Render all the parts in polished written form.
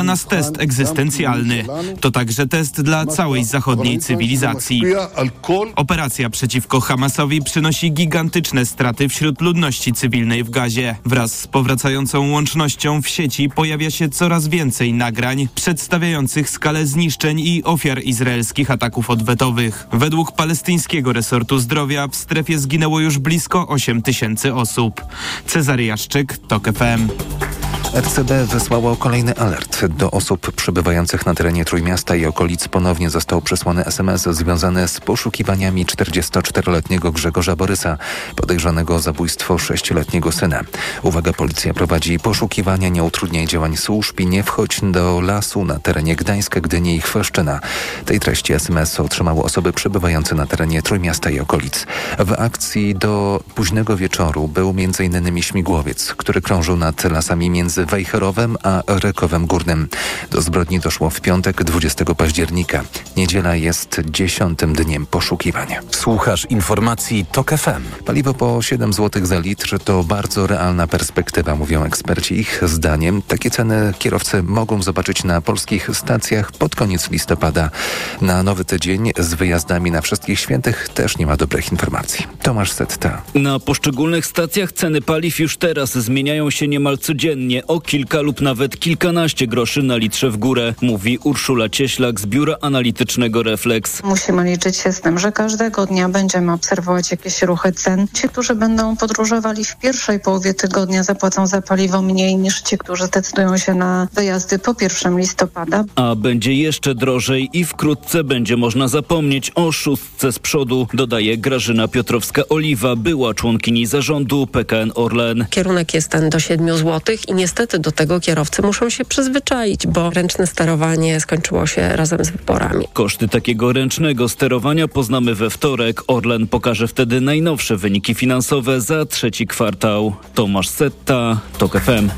nas test egzystencjalny. To także test dla całej zachodniej cywilizacji. Operacja przeciwko Hamasowi przynosi gigantyczne straty wśród ludności cywilnej w Gazie. Wraz z powracającą łącznością w sieci pojawia się coraz więcej nagrań przedstawiających skalę zniszczeń i ofiar izraelskich ataków odwetowych. Według palestyńskiego resortu zdrowia w strefie zginęło już blisko 8 000 osób. Cezary Jaszczyk, TOK FM. RCB wysłało kolejny alert. Do osób przebywających na terenie Trójmiasta i okolic ponownie został przesłany SMS związany z poszukiwaniami 44-letniego Grzegorza Borysa, podejrzanego o zabójstwo 6-letniego syna. Uwaga, policja prowadzi poszukiwania, nie utrudniaj działań służb i nie wchodź do lasu na terenie Gdańska, Gdyni i Chweszczyna. Tej treści SMS otrzymały osoby przebywające na terenie Trójmiasta i okolic. W akcji do późnego wieczoru był m.in. śmigłowiec, który krążył nad lasami między Wejherowem a Rekowem Górnym. Do zbrodni doszło w piątek 20 października. Niedziela jest 10. dniem poszukiwania. Słuchasz informacji TOK FM. Paliwo po 7 zł za litr to bardzo realna perspektywa, mówią eksperci. Ich zdaniem takie ceny kierowcy mogą zobaczyć na polskich stacjach pod koniec listopada. Na nowy tydzień z wyjazdami na Wszystkich Świętych też nie ma dobrych informacji. Tomasz Setta. Na poszczególnych stacjach ceny paliw już teraz zmieniają się niemal codziennie o kilka lub nawet kilkanaście groszy na litrze w górę, mówi Urszula Cieślak z biura analitycznego Reflex. Musimy liczyć się z tym, że każdego dnia będziemy obserwować jakieś ruchy cen. Ci, którzy będą podróżowali w pierwszej połowie tygodnia, zapłacą za paliwo mniej niż ci, którzy zdecydują się na wyjazdy po 1 listopada. A będzie jeszcze drożej i wkrótce będzie można zapomnieć o szóstce z przodu, dodaje Grażyna Piotrowska-Oliwa, była członkini zarządu PKN Orlen. Kierunek jest ten do 7 zł i niestety do tego kierowcy muszą się przyzwyczaić, bo ręczne sterowanie skończyło się razem z wyborami. Koszty takiego ręcznego sterowania poznamy we wtorek. Orlen pokaże wtedy najnowsze wyniki finansowe za trzeci kwartał. Tomasz Setta, TOK FM.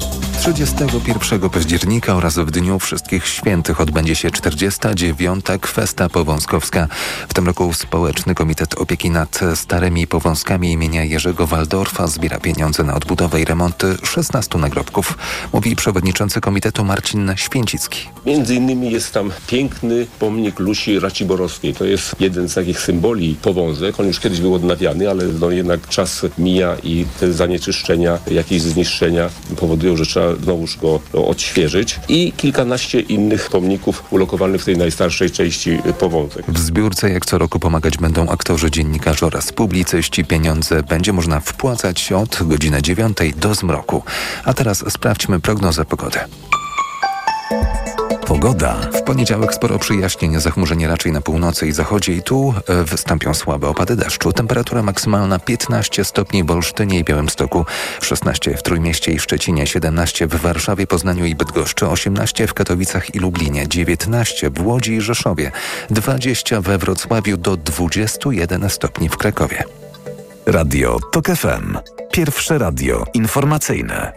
31 października oraz w Dniu Wszystkich Świętych odbędzie się 49. Kwesta Powązkowska. W tym roku Społeczny Komitet Opieki nad Starymi Powązkami imienia Jerzego Waldorfa zbiera pieniądze na odbudowę i remonty 16 nagrobków, mówi przewodniczący komitetu Marcin Święcicki. Między innymi jest tam piękny pomnik Lusi Raciborowskiej. To jest jeden z takich symboli powązek. On już kiedyś był odnawiany, ale jednak czas mija i te zanieczyszczenia, jakieś zniszczenia powodują, że trzeba znowuż go odświeżyć. I kilkanaście innych pomników ulokowanych w tej najstarszej części powązek. W zbiórce jak co roku pomagać będą aktorzy, dziennikarze oraz publicyści. Pieniądze będzie można wpłacać od godziny 9 do zmroku. A teraz sprawdźmy prognozę pogody. Pogoda. W poniedziałek sporo przyjaśnień, zachmurzenie raczej na północy i zachodzie i tu wystąpią słabe opady deszczu. Temperatura maksymalna 15 stopni w Olsztynie i Białymstoku, 16 w Trójmieście i Szczecinie, 17 w Warszawie, Poznaniu i Bydgoszczy, 18 w Katowicach i Lublinie, 19 w Łodzi i Rzeszowie, 20 we Wrocławiu, do 21 stopni w Krakowie. Radio TOK FM. Pierwsze radio informacyjne.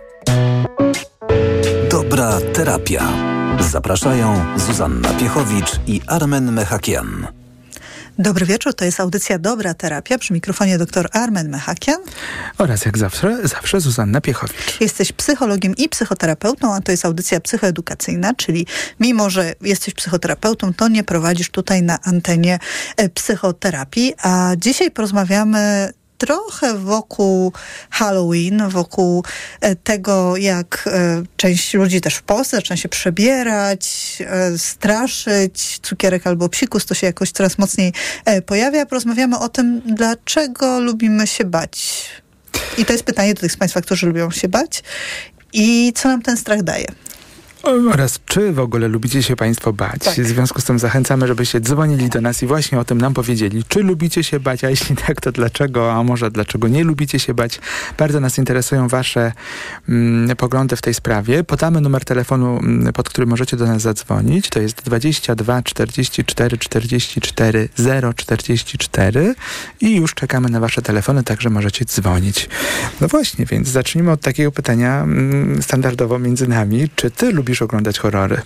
Dobra terapia. Zapraszają Zuzanna Piechowicz i Armen Mechakian. Dobry wieczór, to jest audycja Dobra Terapia. Przy mikrofonie dr Armen Mechakian. Oraz jak zawsze Zuzanna Piechowicz. Jesteś psychologiem i psychoterapeutą, a to jest audycja psychoedukacyjna, czyli mimo, że jesteś psychoterapeutą, to nie prowadzisz tutaj na antenie psychoterapii. A dzisiaj porozmawiamy trochę wokół Halloween, wokół tego, jak część ludzi też w Polsce zaczyna się przebierać, straszyć. Cukierek albo psikus to się jakoś coraz mocniej pojawia. Porozmawiamy o tym, dlaczego lubimy się bać. I to jest pytanie do tych z Państwa, którzy lubią się bać i co nam ten strach daje. Oraz czy w ogóle lubicie się Państwo bać. Tak. W związku z tym zachęcamy, żebyście dzwonili do nas i właśnie o tym nam powiedzieli. Czy lubicie się bać, a jeśli tak, to dlaczego, a może dlaczego nie lubicie się bać. Bardzo nas interesują Wasze poglądy w tej sprawie. Podamy numer telefonu, pod który możecie do nas zadzwonić. To jest 22 44 44 044 i już czekamy na Wasze telefony, także możecie dzwonić. No właśnie, więc zacznijmy od takiego pytania standardowo między nami. Czy Ty lubisz oglądać horrory?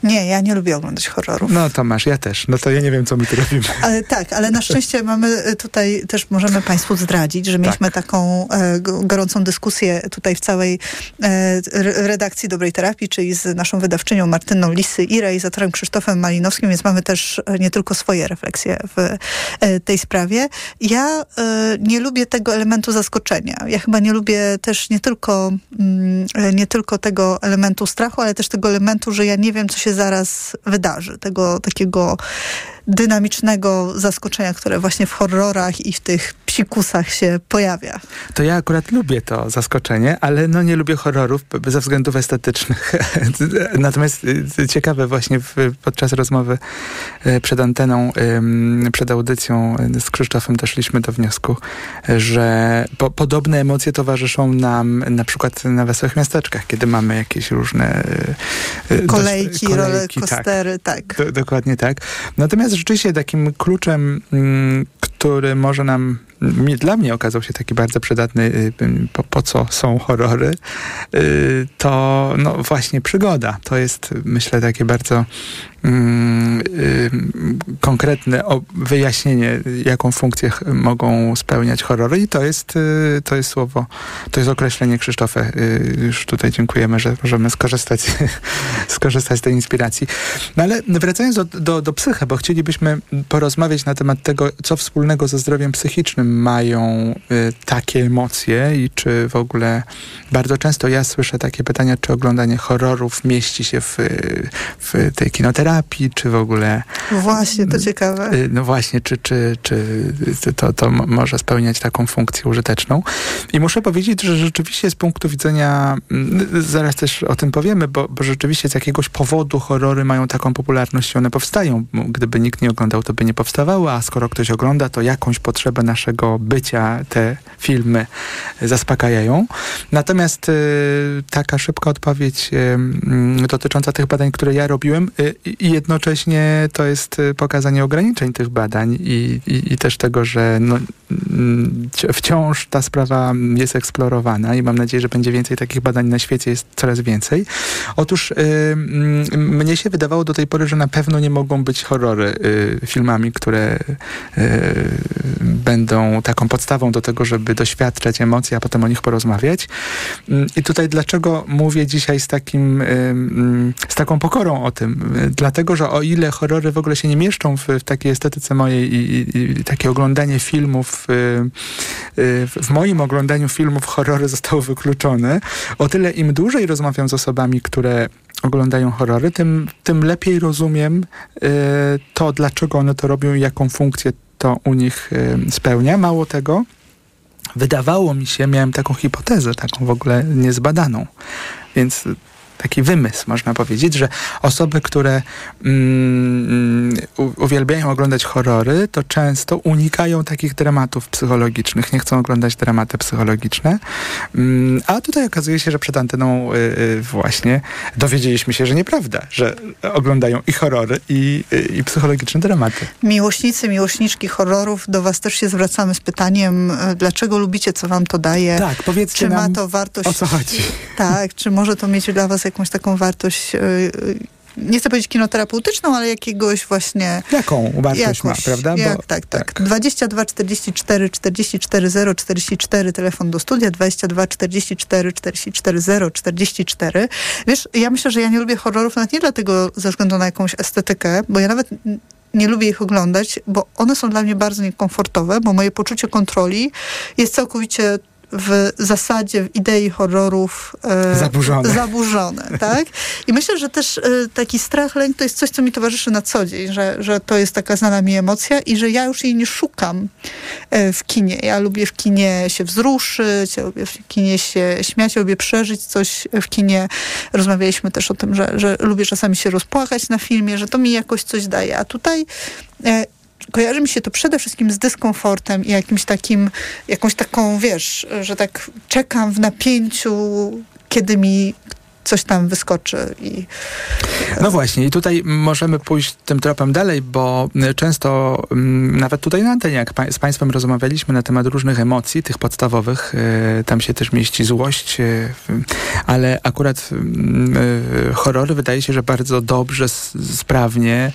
Nie, ja nie lubię oglądać horrorów. No Tomasz, ja też. No to ja nie wiem, co my tu robimy. Ale tak, ale na szczęście mamy tutaj, też możemy Państwu zdradzić, że mieliśmy taką gorącą dyskusję tutaj w całej redakcji Dobrej Terapii, czyli z naszą wydawczynią Martyną Lisy i realizatorem Krzysztofem Malinowskim, więc mamy też nie tylko swoje refleksje w tej sprawie. Ja nie lubię tego elementu zaskoczenia. Ja chyba nie lubię też nie tylko tego elementu strachu, ale też tego elementu, że ja nie wiem, co się zaraz wydarzy. Tego takiego dynamicznego zaskoczenia, które właśnie w horrorach i w tych psikusach się pojawia. To ja akurat lubię to zaskoczenie, ale no nie lubię horrorów ze względów estetycznych. Natomiast ciekawe właśnie podczas rozmowy przed anteną, przed audycją z Krzysztofem doszliśmy do wniosku, że podobne emocje towarzyszą nam na przykład na Wesołych Miasteczkach, kiedy mamy jakieś różne kolejki, rollercoastery, tak. Dokładnie tak. Natomiast rzeczywiście takim kluczem, który może dla mnie okazał się taki bardzo przydatny, po co są horrory, to no właśnie przygoda. To jest, myślę, takie bardzo konkretne wyjaśnienie, jaką funkcję mogą spełniać horrory i to jest słowo, to jest określenie Krzysztofa. Już tutaj dziękujemy, że możemy skorzystać z tej inspiracji. No ale wracając do psyche, bo chcielibyśmy porozmawiać na temat tego, co wspólnego ze zdrowiem psychicznym mają takie emocje i czy w ogóle bardzo często ja słyszę takie pytania, czy oglądanie horrorów mieści się w tej kinoterapii, czy w ogóle... Właśnie, to ciekawe. No właśnie, czy to może spełniać taką funkcję użyteczną. I muszę powiedzieć, że rzeczywiście z punktu widzenia, zaraz też o tym powiemy, bo rzeczywiście z jakiegoś powodu horrory mają taką popularność i one powstają. Gdyby nikt nie oglądał, to by nie powstawały, a skoro ktoś ogląda, to jakąś potrzebę naszego bycia te filmy zaspokajają. Natomiast taka szybka odpowiedź dotycząca tych badań, które ja robiłem i jednocześnie to jest pokazanie ograniczeń tych badań i też tego, że wciąż ta sprawa jest eksplorowana i mam nadzieję, że będzie więcej takich badań na świecie, jest coraz więcej. Otóż mnie się wydawało do tej pory, że na pewno nie mogą być horrory filmami, które będą taką podstawą do tego, żeby doświadczać emocji, a potem o nich porozmawiać. I tutaj dlaczego mówię dzisiaj z taką pokorą o tym? Dlatego, że o ile horrory w ogóle się nie mieszczą w takiej estetyce mojej i takie oglądanie filmów, w moim oglądaniu filmów horrory zostały wykluczone, o tyle im dłużej rozmawiam z osobami, które oglądają horrory, tym lepiej rozumiem to, dlaczego one to robią i jaką funkcję to u nich spełnia. Mało tego, wydawało mi się, miałem taką hipotezę, taką w ogóle niezbadaną, więc taki wymysł, można powiedzieć, że osoby, które uwielbiają oglądać horrory, to często unikają takich dramatów psychologicznych, nie chcą oglądać dramaty psychologiczne. A tutaj okazuje się, że przed anteną właśnie dowiedzieliśmy się, że nieprawda, że oglądają i horrory, i psychologiczne dramaty. Miłośnicy, miłośniczki horrorów, do was też się zwracamy z pytaniem, dlaczego lubicie, co wam to daje? Tak, powiedzcie czy nam, ma to wartość, o co chodzi. Tak, czy może to mieć dla was jakąś taką wartość, nie chcę powiedzieć kinoterapeutyczną, ale jakiegoś właśnie... Jaką wartość ma, prawda? Tak. 22 44 44 0 44, telefon do studia, 22 44 44 0 44. Wiesz, ja myślę, że ja nie lubię horrorów nawet nie dlatego ze względu na jakąś estetykę, bo ja nawet nie lubię ich oglądać, bo one są dla mnie bardzo niekomfortowe, bo moje poczucie kontroli jest całkowicie w zasadzie, w idei horrorów zaburzone, tak? I myślę, że też taki strach, lęk to jest coś, co mi towarzyszy na co dzień, że to jest taka znana mi emocja i że ja już jej nie szukam w kinie. Ja lubię w kinie się wzruszyć, ja lubię w kinie się śmiać, ja lubię przeżyć coś w kinie. Rozmawialiśmy też o tym, że lubię czasami się rozpłakać na filmie, że to mi jakoś coś daje. A tutaj kojarzy mi się to przede wszystkim z dyskomfortem i jakąś taką, wiesz, że tak czekam w napięciu, kiedy mi coś tam wyskoczy. No właśnie, i tutaj możemy pójść tym tropem dalej, bo często nawet tutaj na antenie, jak z Państwem rozmawialiśmy na temat różnych emocji, tych podstawowych, tam się też mieści złość, ale akurat horrory wydaje się, że bardzo dobrze, sprawnie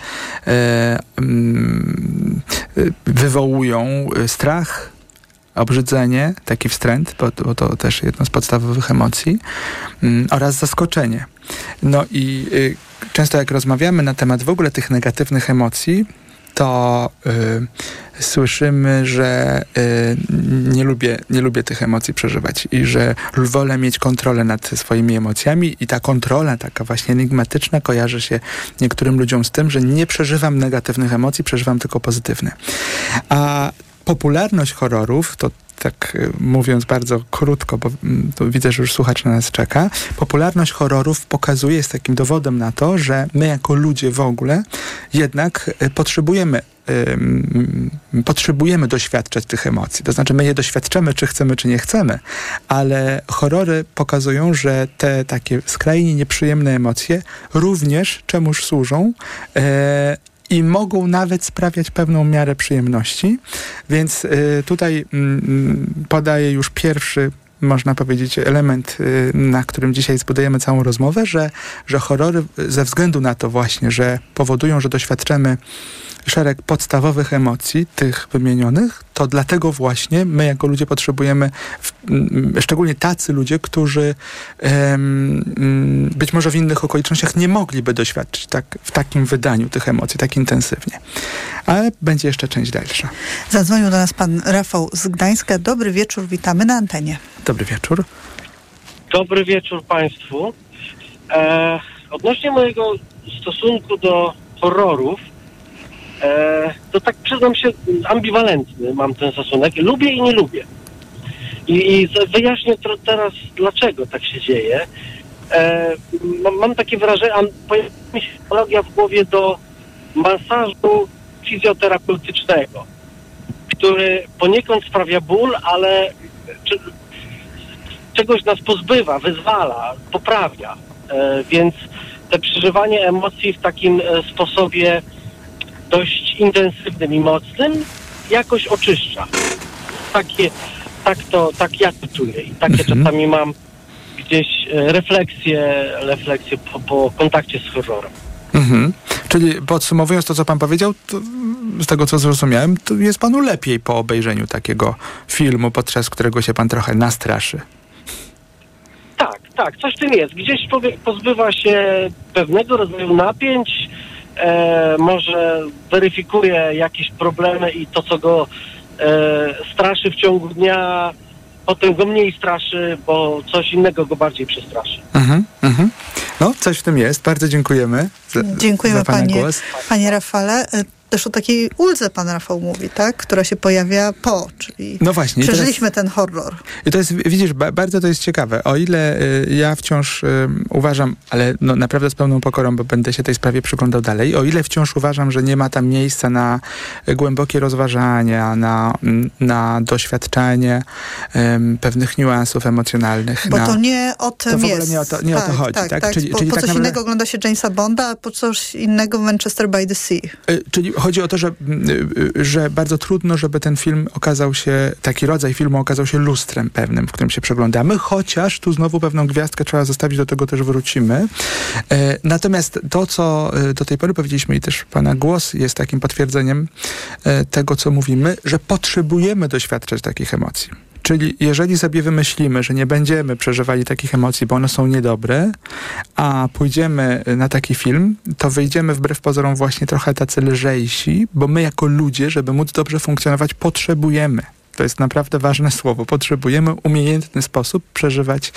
wywołują strach, obrzydzenie, taki wstręt, bo to też jedno z podstawowych emocji, oraz zaskoczenie. No i często jak rozmawiamy na temat w ogóle tych negatywnych emocji, to słyszymy, że nie lubię tych emocji przeżywać i że wolę mieć kontrolę nad swoimi emocjami i ta kontrola taka właśnie enigmatyczna kojarzy się niektórym ludziom z tym, że nie przeżywam negatywnych emocji, przeżywam tylko pozytywne. A popularność horrorów, to tak mówiąc bardzo krótko, bo widzę, że już słuchacz na nas czeka, popularność horrorów jest takim dowodem na to, że my jako ludzie w ogóle jednak potrzebujemy doświadczać tych emocji. To znaczy my je doświadczamy, czy chcemy, czy nie chcemy, ale horrory pokazują, że te takie skrajnie nieprzyjemne emocje również czemuż służą, i mogą nawet sprawiać pewną miarę przyjemności. Więc tutaj podaję już pierwszy, można powiedzieć, element, na którym dzisiaj zbudujemy całą rozmowę, że horrory ze względu na to właśnie, że powodują, że doświadczamy szereg podstawowych emocji, tych wymienionych, to dlatego właśnie my jako ludzie potrzebujemy, szczególnie tacy ludzie, którzy być może w innych okolicznościach nie mogliby doświadczyć w takim wydaniu tych emocji, tak intensywnie. Ale będzie jeszcze część dalsza. Zadzwonił do nas pan Rafał z Gdańska. Dobry wieczór, witamy na antenie. Dobry wieczór. Dobry wieczór Państwu. Odnośnie mojego stosunku do horrorów, to tak przyznam się, ambiwalentny mam ten stosunek. Lubię i nie lubię. I wyjaśnię teraz, dlaczego tak się dzieje. Mam takie wrażenie, pojawia mi się analogia w głowie do masażu fizjoterapeutycznego, który poniekąd sprawia ból, ale czegoś nas pozbywa, wyzwala, poprawia. Więc te przeżywanie emocji w takim sposobie dość intensywnym i mocnym jakoś oczyszcza. Tak ja to czuję i takie czasami mam gdzieś refleksje po kontakcie z horrorem. Czyli podsumowując to, co pan powiedział, to, z tego, co zrozumiałem, to jest panu lepiej po obejrzeniu takiego filmu, podczas którego się pan trochę nastraszy. Tak, coś w tym jest. Gdzieś człowiek pozbywa się pewnego rodzaju napięć, może weryfikuje jakieś problemy i to, co go straszy w ciągu dnia, potem go mniej straszy, bo coś innego go bardziej przestraszy. No, coś w tym jest. Bardzo dziękujemy Dziękujemy za pana głos. Panie Rafale. Też o takiej uldze pan Rafał mówi, tak? Która się pojawia czyli no właśnie, przeżyliśmy ten horror. I to jest, widzisz, bardzo to jest ciekawe. O ile ja wciąż uważam, ale no, naprawdę z pełną pokorą, bo będę się tej sprawie przyglądał dalej, o ile wciąż uważam, że nie ma tam miejsca na głębokie rozważania, na doświadczenie pewnych niuansów emocjonalnych. Bo to nie o tym to w ogóle jest. Nie o to chodzi. Tak? Czyli po coś naprawdę innego ogląda się Jamesa Bonda, a po coś innego Manchester by the Sea. Czyli chodzi o to, że bardzo trudno, żeby ten film okazał się, taki rodzaj filmu okazał się lustrem pewnym, w którym się przeglądamy, chociaż tu znowu pewną gwiazdkę trzeba zostawić, do tego też wrócimy. Natomiast to, co do tej pory powiedzieliśmy i też pana głos jest takim potwierdzeniem tego, co mówimy, że potrzebujemy doświadczać takich emocji. Czyli jeżeli sobie wymyślimy, że nie będziemy przeżywali takich emocji, bo one są niedobre, a pójdziemy na taki film, to wyjdziemy wbrew pozorom właśnie trochę tacy lżejsi, bo my jako ludzie, żeby móc dobrze funkcjonować, potrzebujemy. To jest naprawdę ważne słowo. Potrzebujemy w umiejętny sposób przeżywać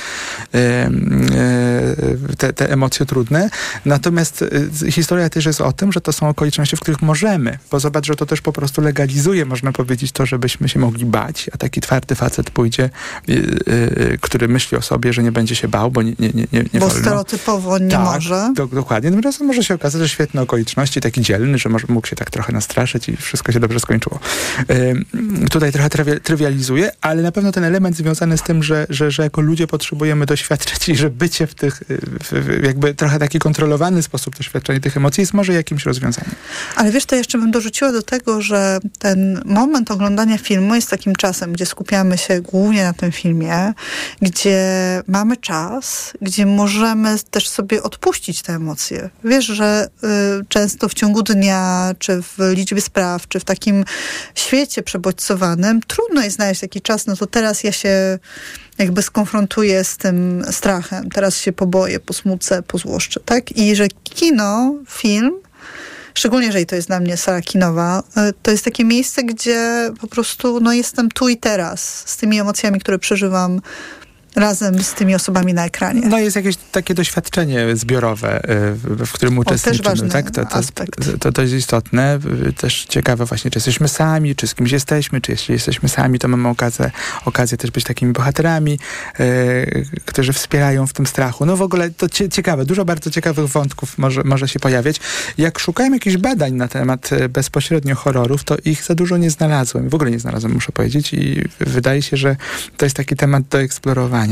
te emocje trudne. Natomiast historia też jest o tym, że to są okoliczności, w których możemy. Bo zobacz, że to też po prostu legalizuje, można powiedzieć, to, żebyśmy się mogli bać, a taki twardy facet pójdzie, który myśli o sobie, że nie będzie się bał, bo nie bo wolno. Stereotypowo nie może. Dokładnie. Natomiast może się okazać, że świetne okoliczności, taki dzielny, że mógł się tak trochę nastraszyć i wszystko się dobrze skończyło. Tutaj trochę trafię trywializuję, ale na pewno ten element związany z tym, że jako ludzie potrzebujemy doświadczać i że bycie w tych, jakby trochę taki kontrolowany sposób doświadczenia tych emocji jest może jakimś rozwiązaniem. Ale wiesz, to jeszcze bym dorzuciła do tego, że ten moment oglądania filmu jest takim czasem, gdzie skupiamy się głównie na tym filmie, gdzie mamy czas, gdzie możemy też sobie odpuścić te emocje. Wiesz, że często w ciągu dnia, czy w liczbie spraw, czy w takim świecie przebodźcowanym trudno jest znaleźć taki czas, no to teraz ja się jakby skonfrontuję z tym strachem, teraz się poboję, posmucę, pozłoszczę, tak? I że kino, film, szczególnie jeżeli to jest dla mnie sala kinowa, to jest takie miejsce, gdzie po prostu jestem tu i teraz z tymi emocjami, które przeżywam razem z tymi osobami na ekranie. No jest jakieś takie doświadczenie zbiorowe, w którym uczestniczymy. Też ważny tak? To jest istotne. Też ciekawe właśnie, czy jesteśmy sami, czy z kimś jesteśmy, czy jeśli jesteśmy sami, to mamy okazję też być takimi bohaterami, którzy wspierają w tym strachu. No w ogóle to ciekawe, dużo bardzo ciekawych wątków może się pojawiać. Jak szukałem jakichś badań na temat bezpośrednio horrorów, to ich za dużo nie znalazłem. W ogóle nie znalazłem, muszę powiedzieć, i wydaje się, że to jest taki temat do eksplorowania.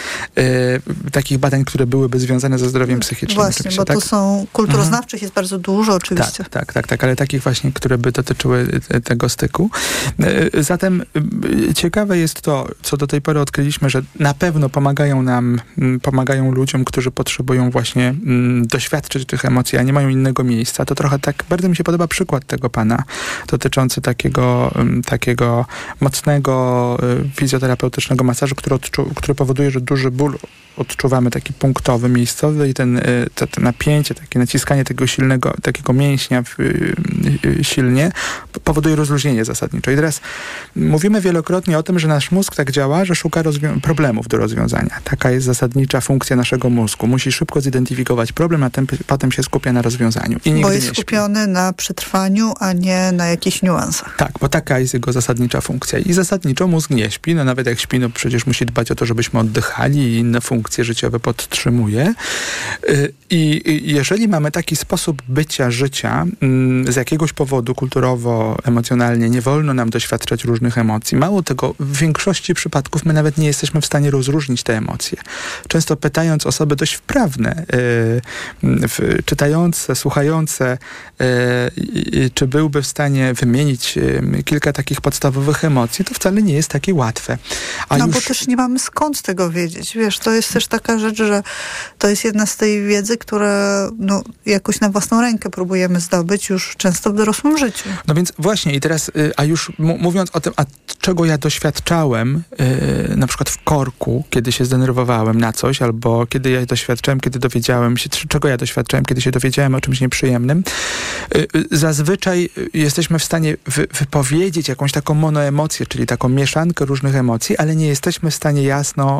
Takich badań, które byłyby związane ze zdrowiem psychicznym. Właśnie, bo tu są kulturoznawczych jest bardzo dużo oczywiście. Tak, ale takich właśnie, które by dotyczyły tego styku. Zatem ciekawe jest to, co do tej pory odkryliśmy, że na pewno pomagają ludziom, którzy potrzebują właśnie doświadczyć tych emocji, a nie mają innego miejsca. To trochę tak, bardzo mi się podoba przykład tego pana, dotyczący takiego mocnego fizjoterapeutycznego masażu, który powoduje, że duży ból odczuwamy taki punktowy, miejscowy i to napięcie, takie naciskanie takiego mięśnia silnie powoduje rozluźnienie zasadniczo. I teraz mówimy wielokrotnie o tym, że nasz mózg tak działa, że szuka problemów do rozwiązania. Taka jest zasadnicza funkcja naszego mózgu. Musi szybko zidentyfikować problem, a potem się skupia na rozwiązaniu. Bo jest skupiony na przetrwaniu, a nie na jakichś niuansach. Tak, bo taka jest jego zasadnicza funkcja. I zasadniczo mózg nie śpi. No nawet jak śpi, no przecież musi dbać o to, żebyśmy oddychali i inne funkcje życiowe podtrzymuje. I jeżeli mamy taki sposób bycia, życia, z jakiegoś powodu kulturowo, emocjonalnie nie wolno nam doświadczać różnych emocji. Mało tego, w większości przypadków my nawet nie jesteśmy w stanie rozróżnić te emocje. Często pytając osoby dość wprawne, czytające, słuchające, czy byłby w stanie wymienić kilka takich podstawowych emocji, to wcale nie jest takie łatwe. Bo też nie mamy skąd tego wiedzieć. Wiesz, to jest też taka rzecz, że to jest jedna z tej wiedzy, które jakoś na własną rękę próbujemy zdobyć już często w dorosłym życiu. No więc właśnie i teraz, a już mówiąc o tym, a czego ja doświadczałem, na przykład w korku, kiedy się zdenerwowałem na coś, albo kiedy ja doświadczałem, kiedy dowiedziałem się, czego ja doświadczałem, kiedy się dowiedziałem o czymś nieprzyjemnym, zazwyczaj jesteśmy w stanie wypowiedzieć jakąś taką monoemocję, czyli taką mieszankę różnych emocji, ale nie jesteśmy w stanie jasno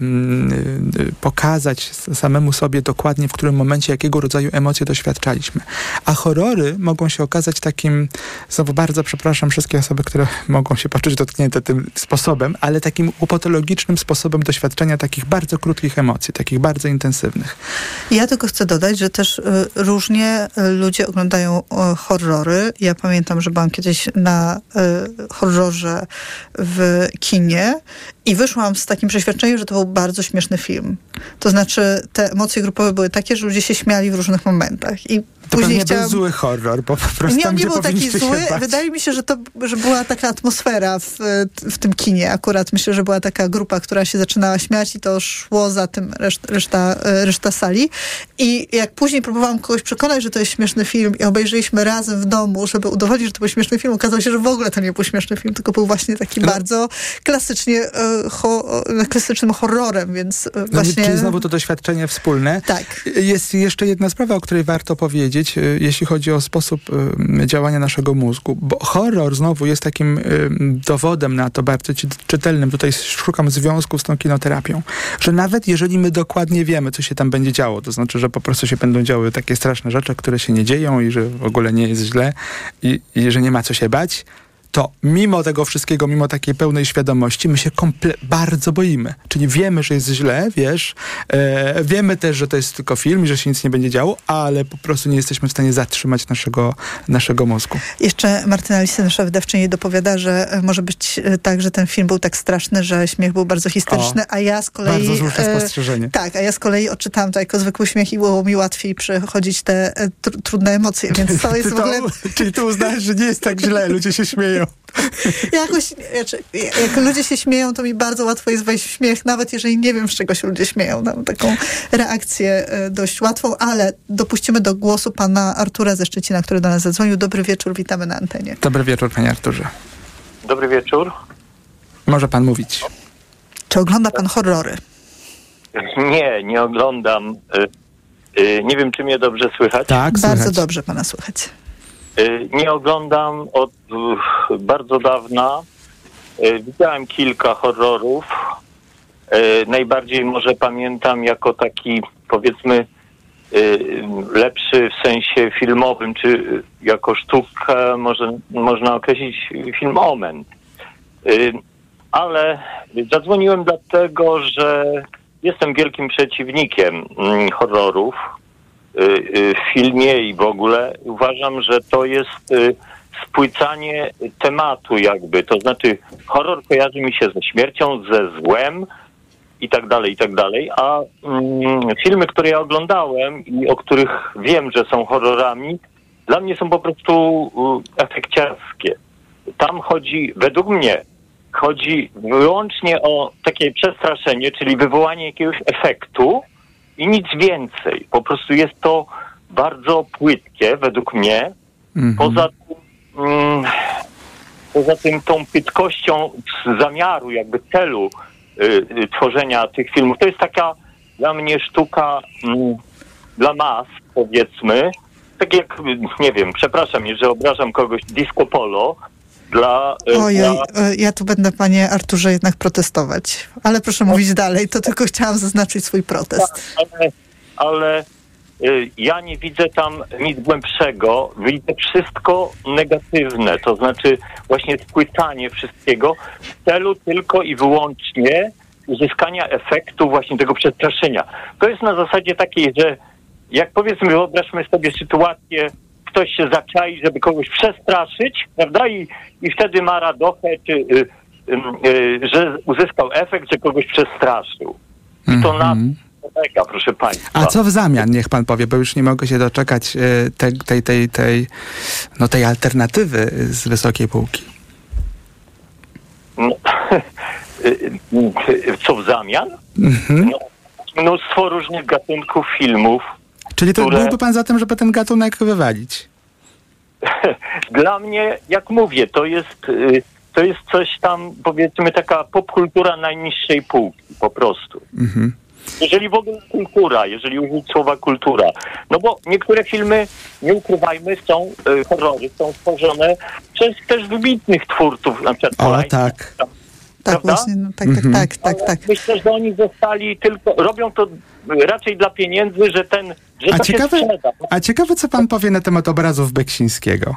pokazać samemu sobie dokładnie, w którym momencie jakiego rodzaju emocje doświadczaliśmy. A horrory mogą się okazać takim, znowu bardzo przepraszam wszystkie osoby, które mogą się poczuć dotknięte tym sposobem, ale takim upatologicznym sposobem doświadczenia takich bardzo krótkich emocji, takich bardzo intensywnych. Ja tylko chcę dodać, że też różnie ludzie oglądają horrory. Ja pamiętam, że byłam kiedyś na horrorze w kinie i wyszłam z takim przeświadczeniem, że to był bardzo śmieszny film. To znaczy te emocje grupowe były takie, że ludzie się śmiali w różnych momentach. I to później był zły horror, bo po prostu nie, on nie był taki zły. Wydaje mi się, że była taka atmosfera w tym kinie. Akurat myślę, że była taka grupa, która się zaczynała śmiać i to szło za tym reszta sali. I jak później próbowałam kogoś przekonać, że to jest śmieszny film i obejrzeliśmy razem w domu, żeby udowodnić, że to był śmieszny film, okazało się, że w ogóle to nie był śmieszny film, tylko był właśnie taki bardzo klasycznie klasycznym horrorem, więc właśnie... Czyli znowu to doświadczenie wspólne. Tak. Jest jeszcze jedna sprawa, o której warto powiedzieć, jeśli chodzi o sposób działania naszego mózgu, bo horror znowu jest takim dowodem na to bardzo czytelnym. Tutaj szukam związków z tą kinoterapią, że nawet jeżeli my dokładnie wiemy, co się tam będzie działo, to znaczy, że po prostu się będą działy takie straszne rzeczy, które się nie dzieją i że w ogóle nie jest źle i że nie ma co się bać, to mimo tego wszystkiego, mimo takiej pełnej świadomości, my się bardzo boimy. Czyli wiemy, że jest źle, wiesz, wiemy też, że to jest tylko film i że się nic nie będzie działo, ale po prostu nie jesteśmy w stanie zatrzymać naszego mózgu. Jeszcze Martyna Lisy, nasza wydawczyni, dopowiada, że może być tak, że ten film był tak straszny, że śmiech był bardzo historyczny, a ja z kolei... Bardzo słuszne spostrzeżenie. Tak, a ja z kolei odczytałam to jako zwykły śmiech i było mi łatwiej przechodzić te trudne emocje, więc to jest w ogóle... Czyli ty uznajesz, że nie jest tak źle, ludzie się śmieją. Jakoś, jak ludzie się śmieją, to mi bardzo łatwo jest wejść w śmiech, nawet jeżeli nie wiem, z czego się ludzie śmieją. Mam taką reakcję dość łatwą, ale dopuścimy do głosu pana Artura ze Szczecina, który do nas zadzwonił. Dobry wieczór, witamy na antenie. Dobry wieczór, panie Arturze. Dobry wieczór. Może pan mówić. Czy ogląda pan horrory? Nie oglądam. Nie wiem, czy mnie dobrze słychać. Tak, bardzo słychać. dobrze pana słychać. Nie oglądam od bardzo dawna. Widziałem kilka horrorów. Najbardziej może pamiętam jako taki, powiedzmy, lepszy w sensie filmowym, czy jako sztukę można określić film Omen. Ale zadzwoniłem dlatego, że jestem wielkim przeciwnikiem horrorów w filmie i w ogóle. Uważam, że to jest spłycanie tematu jakby. To znaczy horror kojarzy mi się ze śmiercią, ze złem i tak dalej, a filmy, które ja oglądałem i o których wiem, że są horrorami, dla mnie są po prostu efekciarskie. Tam według mnie chodzi wyłącznie o takie przestraszenie, czyli wywołanie jakiegoś efektu i nic więcej. Po prostu jest to bardzo płytkie według mnie. Poza tym tą płytkością zamiaru, jakby celu tworzenia tych filmów. To jest taka dla mnie sztuka dla mas, powiedzmy. Tak jak, nie wiem, przepraszam, jeżeli obrażam kogoś, disco polo, ja tu będę, panie Arturze, jednak protestować. Ale proszę mówić dalej, to tylko chciałam zaznaczyć swój protest. Ale ja nie widzę tam nic głębszego. Widzę wszystko negatywne. To znaczy właśnie spłycanie wszystkiego w celu tylko i wyłącznie uzyskania efektu właśnie tego przestraszenia. To jest na zasadzie takiej, że jak powiedzmy, wyobraźmy sobie sytuację, ktoś się zaczai, żeby kogoś przestraszyć, prawda? I wtedy ma radochę, że uzyskał efekt, że kogoś przestraszył. I to na polega, proszę państwa. A co w zamian, niech pan powie, bo już nie mogę się doczekać tej alternatywy z wysokiej półki. Co w zamian? Mnóstwo różnych gatunków filmów. Czyli to byłby pan za tym, żeby ten gatunek wywalić? Dla mnie, jak mówię, to jest coś tam, powiedzmy, taka popkultura najniższej półki, po prostu. Jeżeli w ogóle kultura, jeżeli użyć słowa kultura. No bo niektóre filmy, nie ukrywajmy, horrory są stworzone przez też wybitnych twórców, na przykład Tak, właśnie, tak. Myślę, że oni zostali robią to raczej dla pieniędzy, że to się sprzeda. A ciekawe, co pan powie na temat obrazów Beksińskiego?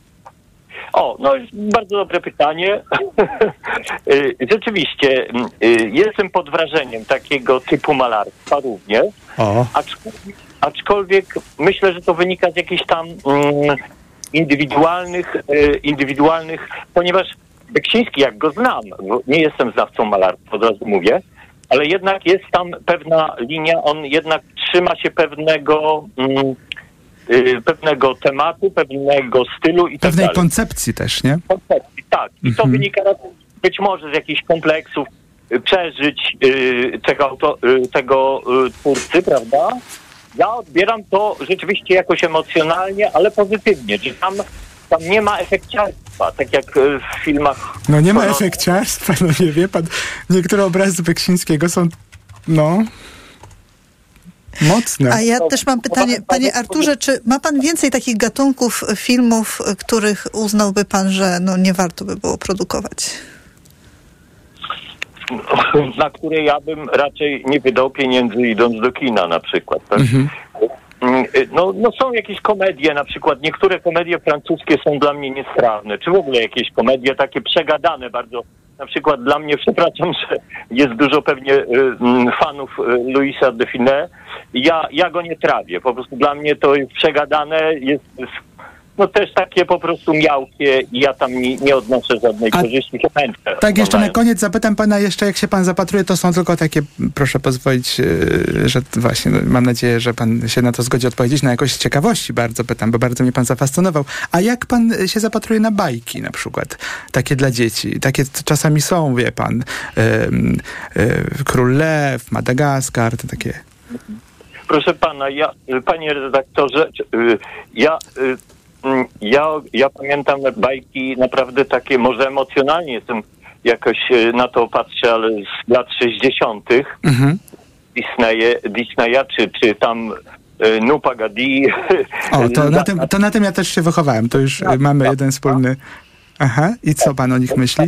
Bardzo dobre pytanie. Rzeczywiście, jestem pod wrażeniem takiego typu malarstwa również. Aczkolwiek myślę, że to wynika z jakichś tam indywidualnych, ponieważ Beksiński, jak go znam, nie jestem znawcą malarstwa, od razu mówię, ale jednak jest tam pewna linia, on jednak trzyma się pewnego tematu, pewnego stylu i pewnej tak dalej. koncepcji też, nie? Koncepcji, tak. I to wynika być może z jakichś kompleksów, przeżyć tego twórcy, prawda? Ja odbieram to rzeczywiście jakoś emocjonalnie, ale pozytywnie, że tam nie ma efekciarstwa, tak jak w filmach. No nie ma efekciarstwa, nie wie pan. Niektóre obrazy Beksińskiego są, mocne. A ja też mam pytanie, panie Arturze, czy ma pan więcej takich gatunków filmów, których uznałby pan, że nie warto by było produkować? Na które ja bym raczej nie wydał pieniędzy idąc do kina na przykład. Tak? No są jakieś komedie, na przykład niektóre komedie francuskie są dla mnie niestrawne, czy w ogóle jakieś komedie takie przegadane bardzo. Na przykład dla mnie, przepraszam, że jest dużo pewnie fanów Louisa de Funès. Ja go nie trawię, po prostu dla mnie to jest przegadane, jest też takie po prostu miałkie i ja tam nie odnoszę żadnej korzyści. Tak, jeszcze na koniec zapytam pana jeszcze, jak się pan zapatruje, to są tylko takie, proszę pozwolić, że właśnie mam nadzieję, że pan się na to zgodzi odpowiedzieć, na jakoś z ciekawości bardzo pytam, bo bardzo mnie pan zafascynował. A jak pan się zapatruje na bajki na przykład, takie dla dzieci? Takie czasami są, wie pan, Król Lew, Madagaskar, to takie... Proszę pana, panie redaktorze, ja pamiętam bajki naprawdę takie, może emocjonalnie jestem jakoś na to patrzę, ale z lat 60. Disneya, czy tam Nupa Gadi. To na tym ja też się wychowałem, to już mamy jeden wspólny... Aha, i co pan o nich myśli?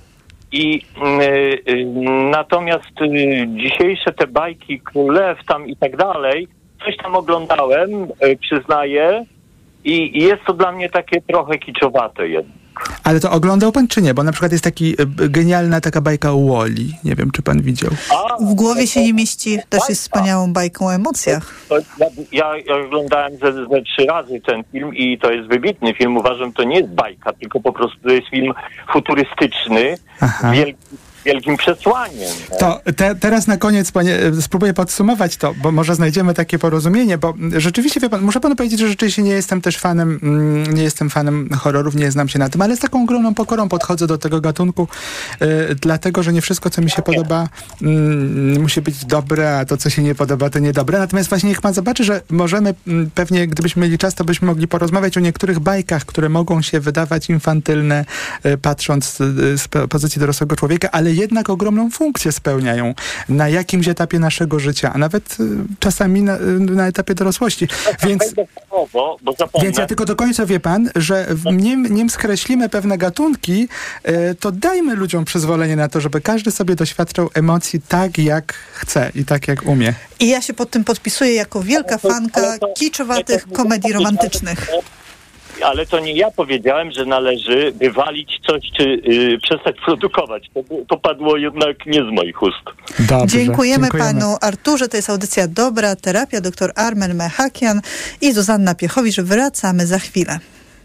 Natomiast dzisiejsze te bajki, Król Lew tam i tak dalej, coś tam oglądałem, przyznaję, i jest to dla mnie takie trochę kiczowate jednak. Ale to oglądał pan czy nie? Bo na przykład jest taki genialna taka bajka o Wall-E. Nie wiem, czy pan widział. W głowie się nie mieści, też jest wspaniałą bajką o emocjach. Ja oglądałem ze 3 razy ten film i to jest wybitny film. Uważam, to nie jest bajka, tylko po prostu to jest film futurystyczny, wielkim przesłaniem. To teraz na koniec, panie, spróbuję podsumować to, bo może znajdziemy takie porozumienie, bo rzeczywiście, wie pan, muszę panu powiedzieć, że rzeczywiście nie jestem też fanem horrorów, nie znam się na tym, ale z taką ogromną pokorą podchodzę do tego gatunku, dlatego, że nie wszystko, co mi się podoba, musi być dobre, a to, co się nie podoba, to niedobre. Natomiast właśnie niech pan zobaczy, że możemy, pewnie gdybyśmy mieli czas, to byśmy mogli porozmawiać o niektórych bajkach, które mogą się wydawać infantylne, patrząc z pozycji dorosłego człowieka, ale jednak ogromną funkcję spełniają na jakimś etapie naszego życia, a nawet czasami na etapie dorosłości. Więc ja tylko do końca, wie pan, że nim skreślimy pewne gatunki, to dajmy ludziom przyzwolenie na to, żeby każdy sobie doświadczał emocji tak, jak chce i tak, jak umie. I ja się pod tym podpisuję jako wielka fanka kiczowatych komedii romantycznych. Ale to nie ja powiedziałem, że należy wywalić coś, czy przestać produkować. To padło jednak nie z moich ust. Dobrze, dziękujemy panu Arturze. To jest audycja Dobra Terapia. Dr Armen Mechakian i Zuzanna Piechowicz. Wracamy za chwilę.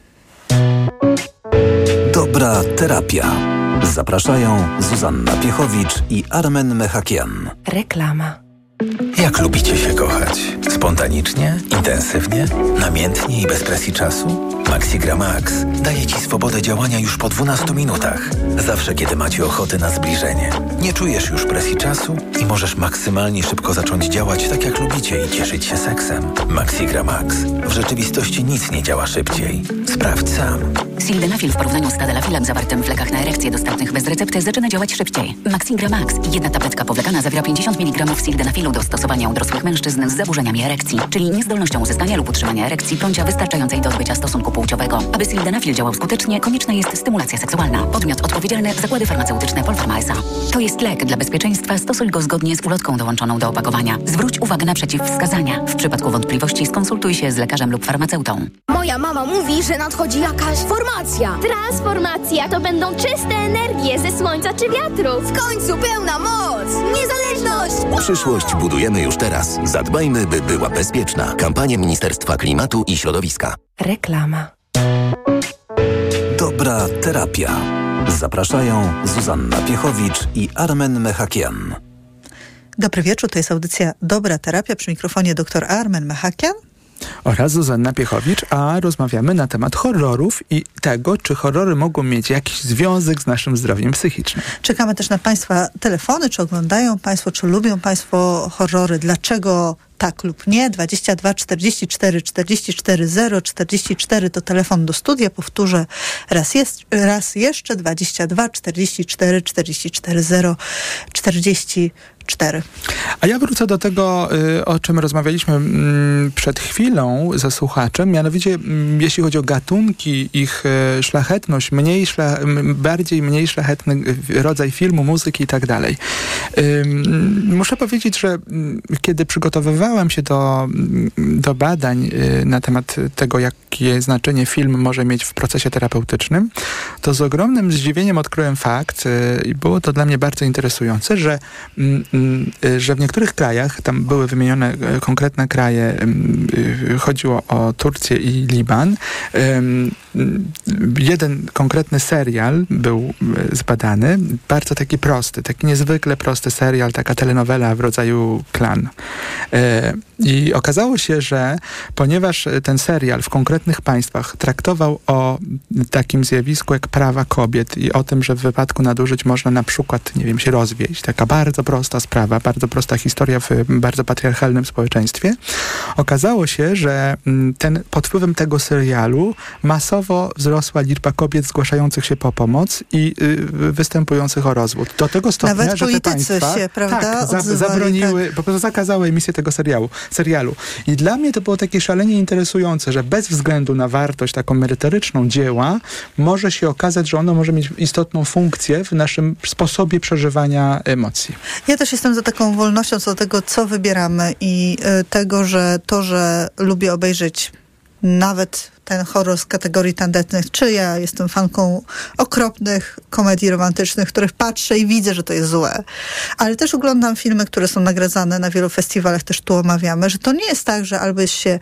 Dobra Terapia. Zapraszają Zuzanna Piechowicz i Armen Mechakian. Reklama. Jak lubicie się kochać? Spontanicznie? Intensywnie? Namiętnie i bez presji czasu? Maxigra Max daje Ci swobodę działania już po 12 minutach. Zawsze, kiedy macie ochotę na zbliżenie. Nie czujesz już presji czasu i możesz maksymalnie szybko zacząć działać tak, jak lubicie i cieszyć się seksem. Maxigra Max. W rzeczywistości nic nie działa szybciej. Sprawdź sam. Sildenafil w porównaniu z tadalafilem zawartym w lekach na erekcję dostępnych bez recepty zaczyna działać szybciej. Maxigra Max. Jedna tabletka powlekana zawiera 50 mg sildenafilu do stosowania u dorosłych mężczyzn z zaburzeniami erekcji, czyli niezdolnością uzyskania lub utrzymania erekcji prącia wystarczającej do odbycia stosunku płciowego. Aby sildenafil działał skutecznie, konieczna jest stymulacja seksualna. Podmiot odpowiedzialny - Zakłady Farmaceutyczne Polpharma S.A. To jest lek. Dla bezpieczeństwa stosuj go zgodnie z ulotką dołączoną do opakowania. Zwróć uwagę na przeciwwskazania. W przypadku wątpliwości skonsultuj się z lekarzem lub farmaceutą. Moja mama mówi, że nadchodzi jakaś formacja. Transformacja to będą czyste energie ze słońca czy wiatru. W końcu pełna moc! Niezależność! Przyszłość budujemy już teraz. Zadbajmy, by była bezpieczna. Kampania Ministerstwa Klimatu i Środowiska. Reklama. Dobra Terapia. Zapraszają Zuzanna Piechowicz i Armen Mechakian. Dobry wieczór, to jest audycja Dobra Terapia, przy mikrofonie dr Armen Mechakian oraz Zuzanna Piechowicz, a rozmawiamy na temat horrorów i tego, czy horrory mogą mieć jakiś związek z naszym zdrowiem psychicznym. Czekamy też na Państwa telefony, czy oglądają Państwo, czy lubią Państwo horrory, dlaczego tak lub nie. 22 44 44 0 44 to telefon do studia. Powtórzę raz jeszcze. 22 44 44 0 44. 4. A ja wrócę do tego, o czym rozmawialiśmy przed chwilą ze słuchaczem, mianowicie jeśli chodzi o gatunki, ich szlachetność, mniej szlachetny rodzaj filmu, muzyki i tak dalej. Muszę powiedzieć, że kiedy przygotowywałem się do badań na temat tego, jakie znaczenie film może mieć w procesie terapeutycznym, to z ogromnym zdziwieniem odkryłem fakt, i było to dla mnie bardzo interesujące, że w niektórych krajach, tam były wymienione konkretne kraje, chodziło o Turcję i Liban, jeden konkretny serial był zbadany, bardzo taki prosty, taki niezwykle prosty serial, taka telenowela w rodzaju Klan. I okazało się, że ponieważ ten serial w konkretnych państwach traktował o takim zjawisku jak prawa kobiet i o tym, że w wypadku nadużyć można na przykład, nie wiem, się rozwieść, taka bardzo prosta sprawa, bardzo prosta historia w bardzo patriarchalnym społeczeństwie, okazało się, że pod wpływem tego serialu masowo wzrosła liczba kobiet zgłaszających się po pomoc i występujących o rozwód. Do tego stopnia, nawet że te politycy państwa się, prawda, zabroniły, po prostu zakazały emisję tego serialu. I dla mnie to było takie szalenie interesujące, że bez względu na wartość taką merytoryczną dzieła może się okazać, że ono może mieć istotną funkcję w naszym sposobie przeżywania emocji. Ja też jestem za taką wolnością co do tego, co wybieramy i tego, że lubię obejrzeć nawet ten horror z kategorii tandetnych, czy ja jestem fanką okropnych komedii romantycznych, w których patrzę i widzę, że to jest złe. Ale też oglądam filmy, które są nagradzane na wielu festiwalach, też tu omawiamy, że to nie jest tak, że albo jest się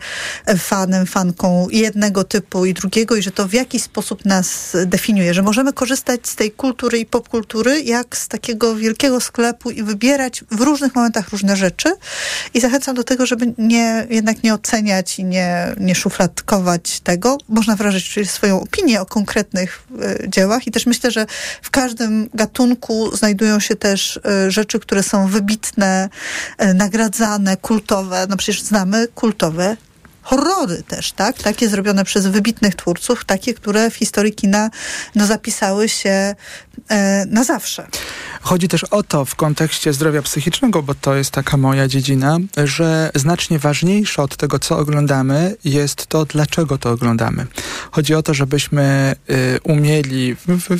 fanką jednego typu i drugiego i że to w jakiś sposób nas definiuje, że możemy korzystać z tej kultury i popkultury jak z takiego wielkiego sklepu i wybierać w różnych momentach różne rzeczy i zachęcam do tego, żeby jednak nie oceniać i nie szufladkować tego. Można wyrazić swoją opinię o konkretnych dziełach i też myślę, że w każdym gatunku znajdują się też rzeczy, które są wybitne, nagradzane, kultowe. No przecież znamy kultowe horrory też, tak? Takie zrobione przez wybitnych twórców, takie, które w historii kina zapisały się na zawsze. Chodzi też o to w kontekście zdrowia psychicznego, bo to jest taka moja dziedzina, że znacznie ważniejsze od tego, co oglądamy, jest to, dlaczego to oglądamy. Chodzi o to, żebyśmy umieli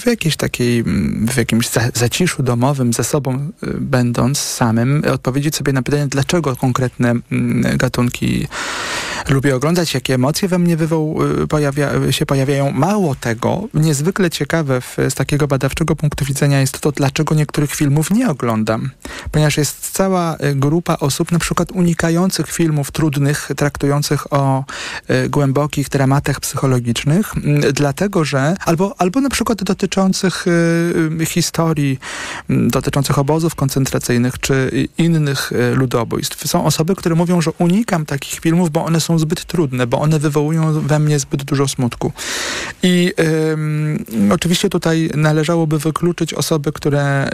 w jakimś zaciszu domowym, ze sobą będąc samym, odpowiedzieć sobie na pytanie, dlaczego konkretne gatunki lubię oglądać, jakie emocje we mnie się pojawiają. Mało tego, niezwykle ciekawe z takiego badawczego punktu widzenia jest to, dlaczego niektórych filmów nie oglądam. Ponieważ jest cała grupa osób, na przykład unikających filmów trudnych, traktujących o głębokich dramatach psychologicznych, dlatego, że albo na przykład dotyczących historii, dotyczących obozów koncentracyjnych, czy innych ludobójstw. Są osoby, które mówią, że unikam takich filmów, bo one są zbyt trudne, bo one wywołują we mnie zbyt dużo smutku. I oczywiście tutaj należałoby wykluczyć osoby, które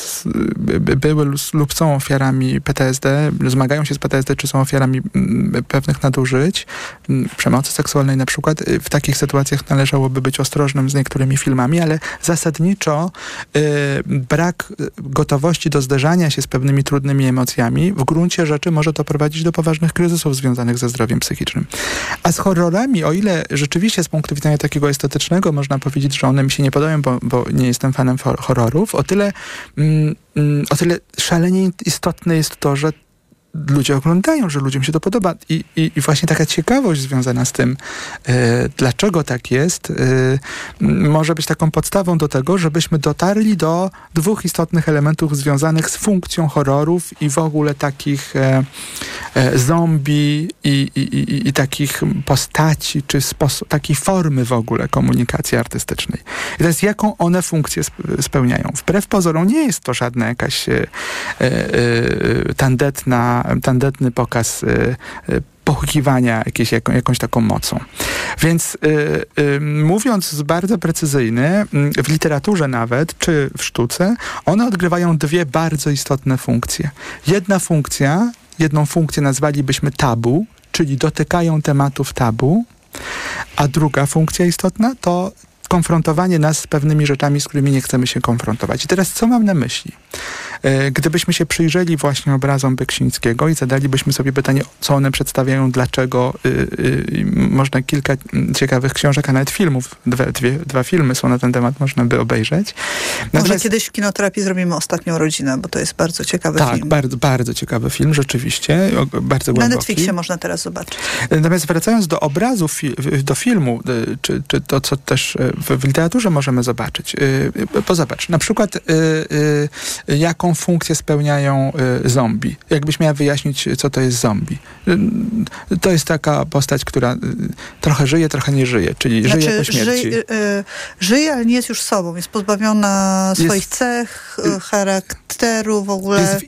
były lub są ofiarami PTSD, zmagają się z PTSD, czy są ofiarami pewnych nadużyć, przemocy seksualnej na przykład. W takich sytuacjach należałoby być ostrożnym z niektórymi filmami, ale zasadniczo brak gotowości do zderzania się z pewnymi trudnymi emocjami w gruncie rzeczy może to prowadzić do poważnych kryzysów związanych ze zdrowiem psychicznym. A z horrorami, o ile rzeczywiście z punktu widzenia takiego estetycznego można powiedzieć, że one mi się nie podobają, bo nie jestem fanem horrorów, o tyle szalenie istotne jest to, że ludzie oglądają, że ludziom się to podoba i właśnie taka ciekawość związana z tym, dlaczego tak jest, może być taką podstawą do tego, żebyśmy dotarli do dwóch istotnych elementów związanych z funkcją horrorów i w ogóle takich zombie i takich postaci, czy takiej formy w ogóle komunikacji artystycznej. I teraz jaką one funkcję spełniają? Wbrew pozorom nie jest to żadna jakaś tandetny pokaz pochukiwania jakąś taką mocą. Więc mówiąc bardzo precyzyjnie, w literaturze nawet, czy w sztuce, one odgrywają dwie bardzo istotne funkcje. Jedną funkcję nazwalibyśmy tabu, czyli dotykają tematów tabu, a druga funkcja istotna to konfrontowanie nas z pewnymi rzeczami, z którymi nie chcemy się konfrontować. I teraz co mam na myśli? Gdybyśmy się przyjrzeli właśnie obrazom Beksińskiego i zadalibyśmy sobie pytanie, co one przedstawiają, dlaczego, można kilka ciekawych książek, a nawet filmów, dwa filmy są na ten temat, można by obejrzeć. Może kiedyś w Kinoterapii zrobimy Ostatnią rodzinę, bo to jest bardzo ciekawy film. Tak, bardzo, bardzo ciekawy film, rzeczywiście, bardzo głęboki. Na Netflixie można teraz zobaczyć. Natomiast wracając do obrazu, do filmu, czy to, co też w literaturze możemy zobaczyć. Zobacz, na przykład jaką funkcję spełniają zombie. Jakbyś miała wyjaśnić, co to jest zombie. To jest taka postać, która trochę żyje, trochę nie żyje, czyli żyje po śmierci. Żyje, ale nie jest już sobą. Jest pozbawiona swoich cech, charakteru w ogóle. Jest w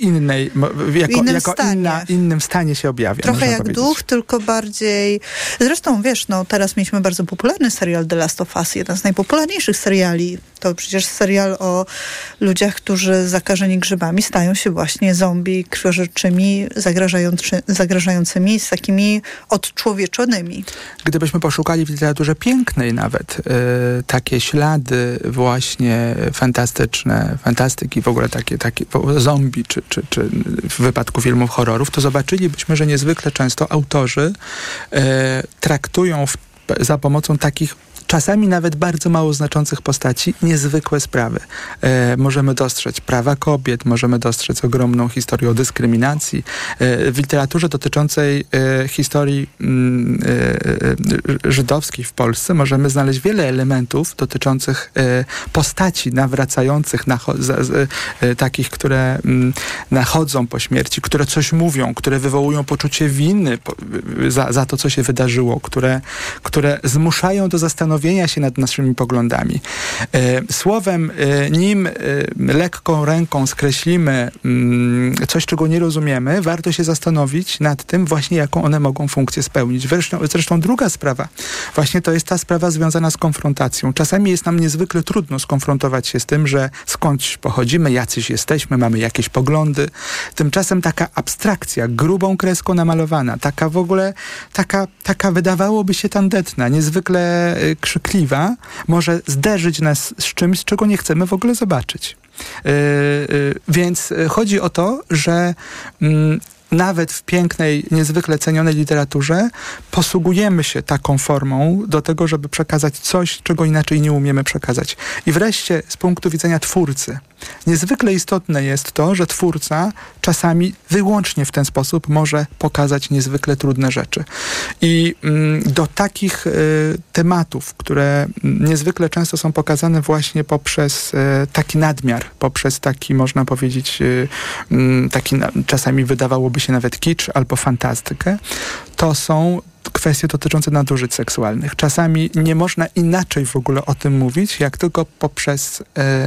innym stanie się objawia. Trochę jak duch, tylko bardziej... Zresztą, wiesz, teraz mieliśmy bardzo popularny serial The Last of Us, jeden z najpopularniejszych seriali. To przecież serial o ludziach, którzy zakażeni grzybami stają się właśnie zombie krwiożerczymi, zagrażającymi, z takimi odczłowieczonymi. Gdybyśmy poszukali w literaturze pięknej nawet takie ślady właśnie fantastyczne, fantastyki, w ogóle takie zombie, czy w wypadku filmów horrorów, to zobaczylibyśmy, że niezwykle często autorzy traktują za pomocą takich czasami nawet bardzo mało znaczących postaci niezwykłe sprawy. Możemy dostrzec prawa kobiet, możemy dostrzec ogromną historię o dyskryminacji. W literaturze dotyczącej historii żydowskiej w Polsce możemy znaleźć wiele elementów dotyczących postaci nawracających, takich, które nachodzą po śmierci, które coś mówią, które wywołują poczucie winy za to, co się wydarzyło, które zmuszają do zastanowienia się nad naszymi poglądami. Słowem, nim lekką ręką skreślimy coś, czego nie rozumiemy, warto się zastanowić nad tym właśnie, jaką one mogą funkcję spełnić. Zresztą druga sprawa, właśnie to jest ta sprawa związana z konfrontacją. Czasami jest nam niezwykle trudno skonfrontować się z tym, że skądś pochodzimy, jacyś jesteśmy, mamy jakieś poglądy. Tymczasem taka abstrakcja, grubą kreską namalowana, taka w ogóle, taka wydawałoby się tandetna, niezwykle krzykliwa, może zderzyć nas z czymś, czego nie chcemy w ogóle zobaczyć. Więc chodzi o to, że nawet w pięknej, niezwykle cenionej literaturze posługujemy się taką formą do tego, żeby przekazać coś, czego inaczej nie umiemy przekazać. I wreszcie z punktu widzenia twórcy. Niezwykle istotne jest to, że twórca czasami wyłącznie w ten sposób może pokazać niezwykle trudne rzeczy. I do takich tematów, które niezwykle często są pokazane właśnie poprzez taki nadmiar, poprzez taki, można powiedzieć, taki czasami wydawałoby się nawet kicz albo fantastykę, to są kwestie dotyczące nadużyć seksualnych. Czasami nie można inaczej w ogóle o tym mówić, jak tylko poprzez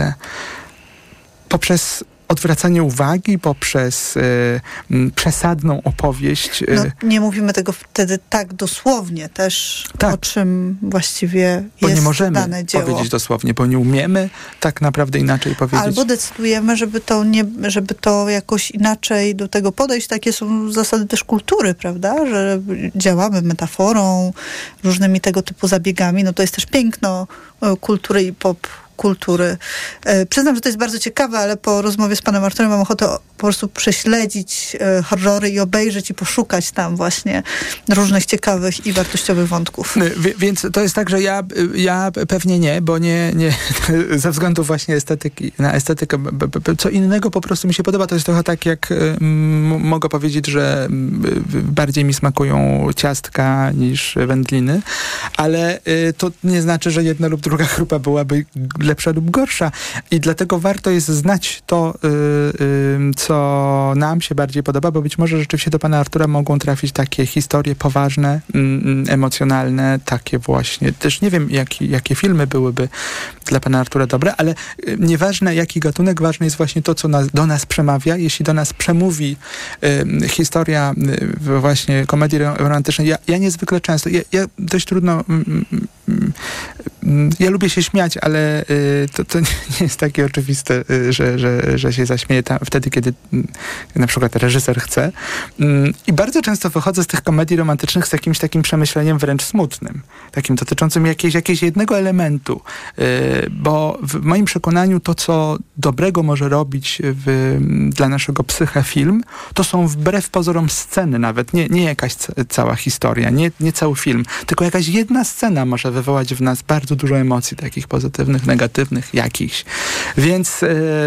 odwracanie uwagi, poprzez przesadną opowieść. Nie mówimy tego wtedy tak dosłownie też, o czym właściwie bo jest nie możemy dane dzieło. powiedzieć dosłownie, bo nie umiemy tak naprawdę inaczej powiedzieć. Albo decydujemy, żeby to jakoś inaczej do tego podejść. Takie są zasady też kultury, prawda? Że działamy metaforą, różnymi tego typu zabiegami. To jest też piękno kultury i kultury. Przyznam, że to jest bardzo ciekawe, ale po rozmowie z panem Arturem mam ochotę po prostu prześledzić horrory i obejrzeć i poszukać tam właśnie różnych ciekawych i wartościowych wątków. Więc to jest tak, że ja pewnie nie, bo nie ze względu właśnie na estetykę, co innego po prostu mi się podoba. To jest trochę tak, jak mogę powiedzieć, że bardziej mi smakują ciastka niż wędliny, ale to nie znaczy, że jedna lub druga grupa byłaby lepsza lub gorsza. I dlatego warto jest znać to, co nam się bardziej podoba, bo być może rzeczywiście do pana Artura mogą trafić takie historie poważne, emocjonalne, takie właśnie. Też nie wiem, jakie filmy byłyby dla pana Artura dobre, ale nieważne jaki gatunek, ważne jest właśnie to, co do nas przemawia. Jeśli do nas przemówi historia właśnie komedii romantycznej, ja niezwykle często, ja dość trudno ja lubię się śmiać, ale to nie jest takie oczywiste, że się zaśmieję wtedy, kiedy na przykład reżyser chce. I bardzo często wychodzę z tych komedii romantycznych z jakimś takim przemyśleniem wręcz smutnym, takim dotyczącym jakiegoś jednego elementu, bo w moim przekonaniu to, co dobrego może robić dla naszego psycha film, to są wbrew pozorom sceny nawet, nie jakaś cała historia, nie cały film, tylko jakaś jedna scena może wywołać w nas bardzo dużo emocji, takich pozytywnych, negatywnych, jakichś. Więc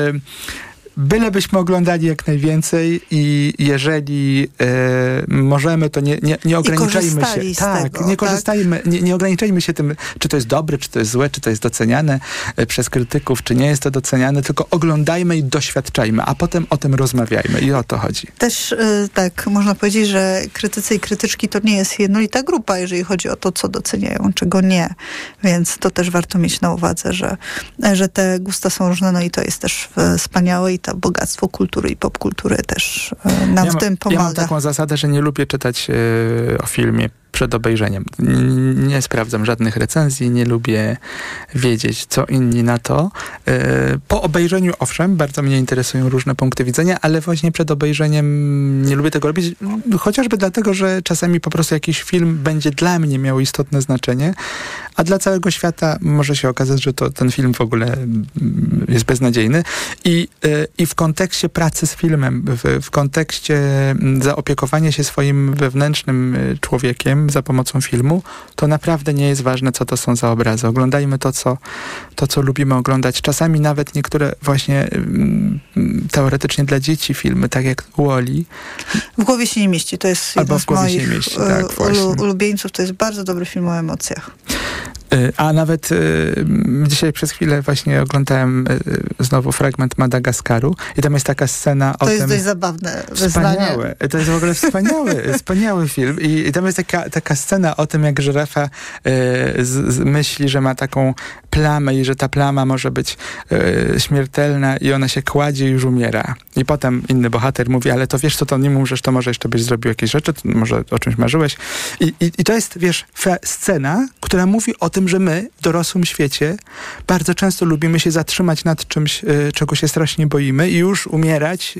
bylebyśmy oglądali jak najwięcej i jeżeli możemy, to nie ograniczajmy się. Tak, nie ograniczajmy się tym, czy to jest dobre, czy to jest złe, czy to jest doceniane przez krytyków, czy nie jest to doceniane, tylko oglądajmy i doświadczajmy, a potem o tym rozmawiajmy i o to chodzi. Też tak, można powiedzieć, że krytycy i krytyczki to nie jest jednolita grupa, jeżeli chodzi o to, co doceniają, czego nie. Więc to też warto mieć na uwadze, że te gusta są różne, no i to jest też wspaniałe i to bogactwo kultury i popkultury też nam w tym pomaga. Ja mam taką zasadę, że nie lubię czytać o filmie przed obejrzeniem. Nie sprawdzam żadnych recenzji, nie lubię wiedzieć, co inni na to. Po obejrzeniu, owszem, bardzo mnie interesują różne punkty widzenia, ale właśnie przed obejrzeniem nie lubię tego robić, chociażby dlatego, że czasami po prostu jakiś film będzie dla mnie miał istotne znaczenie, a dla całego świata może się okazać, że ten film w ogóle jest beznadziejny. I w kontekście pracy z filmem, w kontekście zaopiekowania się swoim wewnętrznym człowiekiem za pomocą filmu, to naprawdę nie jest ważne, co to są za obrazy. Oglądajmy to, co lubimy oglądać. Czasami nawet niektóre właśnie teoretycznie dla dzieci filmy, tak jak Wall-E. W głowie się nie mieści. To jest jeden z moich ulubieńców. To jest bardzo dobry film o emocjach. A nawet dzisiaj przez chwilę właśnie oglądałem znowu fragment Madagaskaru i tam jest taka scena o tym... To jest dość zabawne wyznanie. To jest w ogóle wspaniały film i tam jest taka scena o tym, jak żyrafa myśli, że ma taką plamę i że ta plama może być śmiertelna i ona się kładzie i już umiera. I potem inny bohater mówi, ale to wiesz co, to nie możesz, to może jeszcze byś zrobił jakieś rzeczy, może o czymś marzyłeś. I to jest, wiesz, scena, która mówi o tym, że my w dorosłym świecie bardzo często lubimy się zatrzymać nad czymś, czego się strasznie boimy i już umierać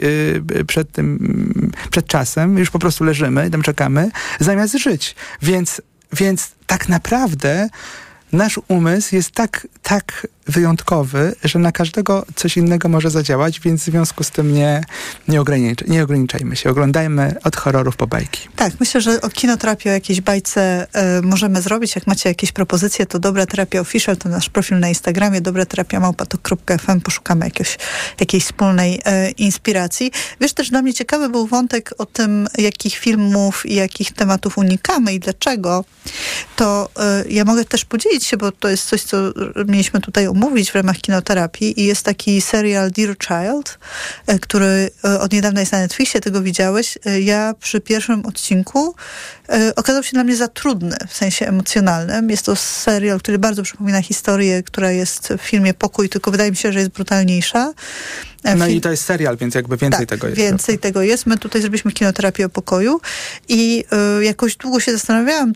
przed czasem, już po prostu leżymy, tam czekamy, zamiast żyć. Więc tak naprawdę nasz umysł jest tak wyjątkowy, że na każdego coś innego może zadziałać, więc w związku z tym nie ograniczajmy się. Oglądajmy od horrorów po bajki. Tak, myślę, że o kinoterapię o jakiejś bajce możemy zrobić. Jak macie jakieś propozycje, to Dobra Terapia Official, to nasz profil na Instagramie, dobraterapia@tok.fm, poszukamy jakiejś wspólnej inspiracji. Wiesz, też dla mnie ciekawy był wątek o tym, jakich filmów i jakich tematów unikamy i dlaczego. To ja mogę też podzielić się, bo to jest coś, co mieliśmy tutaj omówić w ramach kinoterapii i jest taki serial Dear Child, który od niedawna jest na Netflixie, ty go widziałeś. Ja przy pierwszym odcinku okazał się dla mnie za trudny w sensie emocjonalnym. Jest to serial, który bardzo przypomina historię, która jest w filmie Pokój, tylko wydaje mi się, że jest brutalniejsza. No i to jest serial, więc jakby więcej tego jest. Więcej tego jest. My tutaj zrobiliśmy kinoterapię o pokoju i jakoś długo się zastanawiałam,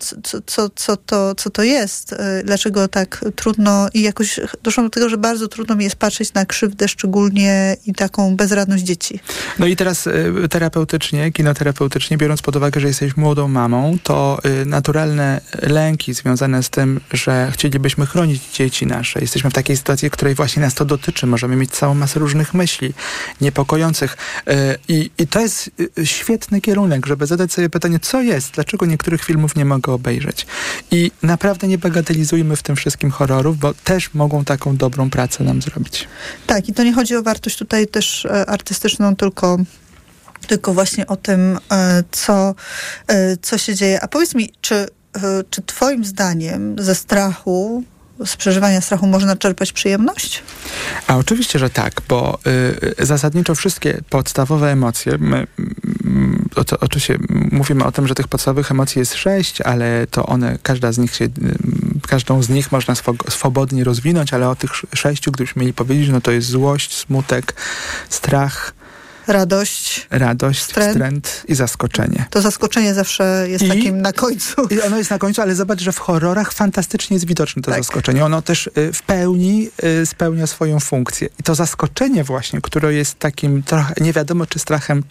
co to jest, dlaczego tak trudno i jakoś doszłam do tego, że bardzo trudno mi jest patrzeć na krzywdę szczególnie i taką bezradność dzieci. No i teraz kinoterapeutycznie, biorąc pod uwagę, że jesteś młodą mamą, to naturalne lęki związane z tym, że chcielibyśmy chronić dzieci nasze. Jesteśmy w takiej sytuacji, w której właśnie nas to dotyczy. Możemy mieć całą masę różnych myśli niepokojących. I to jest świetny kierunek, żeby zadać sobie pytanie, co jest, dlaczego niektórych filmów nie mogę obejrzeć. I naprawdę nie bagatelizujmy w tym wszystkim horrorów, bo też mogą taką dobrą pracę nam zrobić. Tak, i to nie chodzi o wartość tutaj też artystyczną, tylko właśnie o tym, co się dzieje. A powiedz mi, czy twoim zdaniem ze strachu, z przeżywania strachu można czerpać przyjemność? A oczywiście, że tak, bo zasadniczo wszystkie podstawowe emocje, my oczywiście mówimy o tym, że tych podstawowych emocji jest 6, ale to każdą z nich można swobodnie rozwinąć, ale o tych 6, gdybyśmy mieli powiedzieć, no to jest złość, smutek, strach, Radość, wstręt i zaskoczenie. To zaskoczenie zawsze jest takim na końcu. I ono jest na końcu, ale zobacz, że w horrorach fantastycznie jest widoczne to zaskoczenie. Ono też w pełni spełnia swoją funkcję. I to zaskoczenie właśnie, które jest takim trochę, nie wiadomo czy strachem,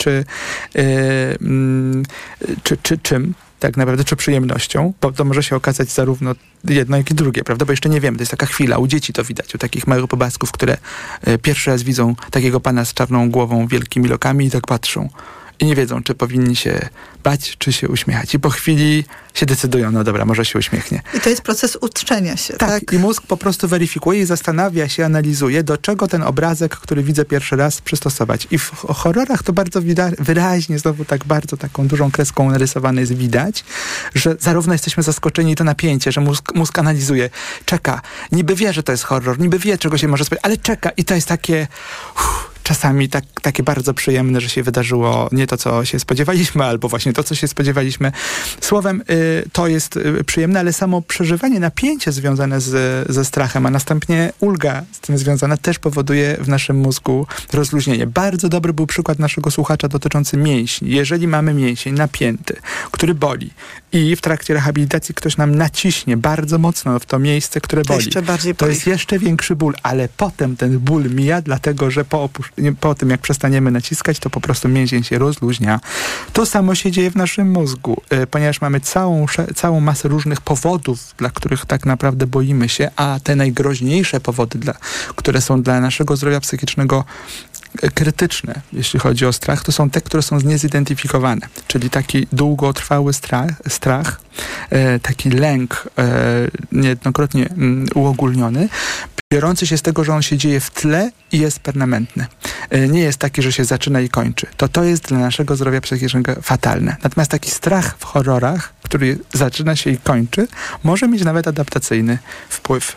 czy czym, tak naprawdę, czy przyjemnością, bo to może się okazać zarówno jedno, jak i drugie, prawda? Bo jeszcze nie wiemy, to jest taka chwila, u dzieci to widać, u takich małych pobasków, które pierwszy raz widzą takiego pana z czarną głową, wielkimi lokami i tak patrzą. I nie wiedzą, czy powinni się bać, czy się uśmiechać. I po chwili się decydują, no dobra, może się uśmiechnie. I to jest proces uczenia się, tak? I mózg po prostu weryfikuje i zastanawia się, analizuje, do czego ten obrazek, który widzę pierwszy raz, przystosować. I w horrorach to bardzo wyraźnie, znowu tak bardzo taką dużą kreską narysowane jest widać, że zarówno jesteśmy zaskoczeni, to napięcie, że mózg analizuje, czeka, niby wie, że to jest horror, niby wie, czego się może spodziewać, ale czeka i to jest takie... czasami takie bardzo przyjemne, że się wydarzyło nie to, co się spodziewaliśmy, albo właśnie to, co się spodziewaliśmy. Słowem, to jest przyjemne, ale samo przeżywanie, napięcie związane ze strachem, a następnie ulga z tym związana też powoduje w naszym mózgu rozluźnienie. Bardzo dobry był przykład naszego słuchacza dotyczący mięśni. Jeżeli mamy mięsień napięty, który boli i w trakcie rehabilitacji ktoś nam naciśnie bardzo mocno w to miejsce, które boli, to jest jeszcze większy ból, ale potem ten ból mija, dlatego że po tym, jak przestaniemy naciskać, to po prostu mięsień się rozluźnia. To samo się dzieje w naszym mózgu, ponieważ mamy całą masę różnych powodów, dla których tak naprawdę boimy się, a te najgroźniejsze powody, które są dla naszego zdrowia psychicznego krytyczne, jeśli chodzi o strach, to są te, które są niezidentyfikowane. Czyli taki długotrwały strach, taki lęk niejednokrotnie uogólniony, biorący się z tego, że on się dzieje w tle i jest permanentny. Nie jest taki, że się zaczyna i kończy. To jest dla naszego zdrowia psychicznego fatalne. Natomiast taki strach w horrorach, który zaczyna się i kończy, może mieć nawet adaptacyjny wpływ.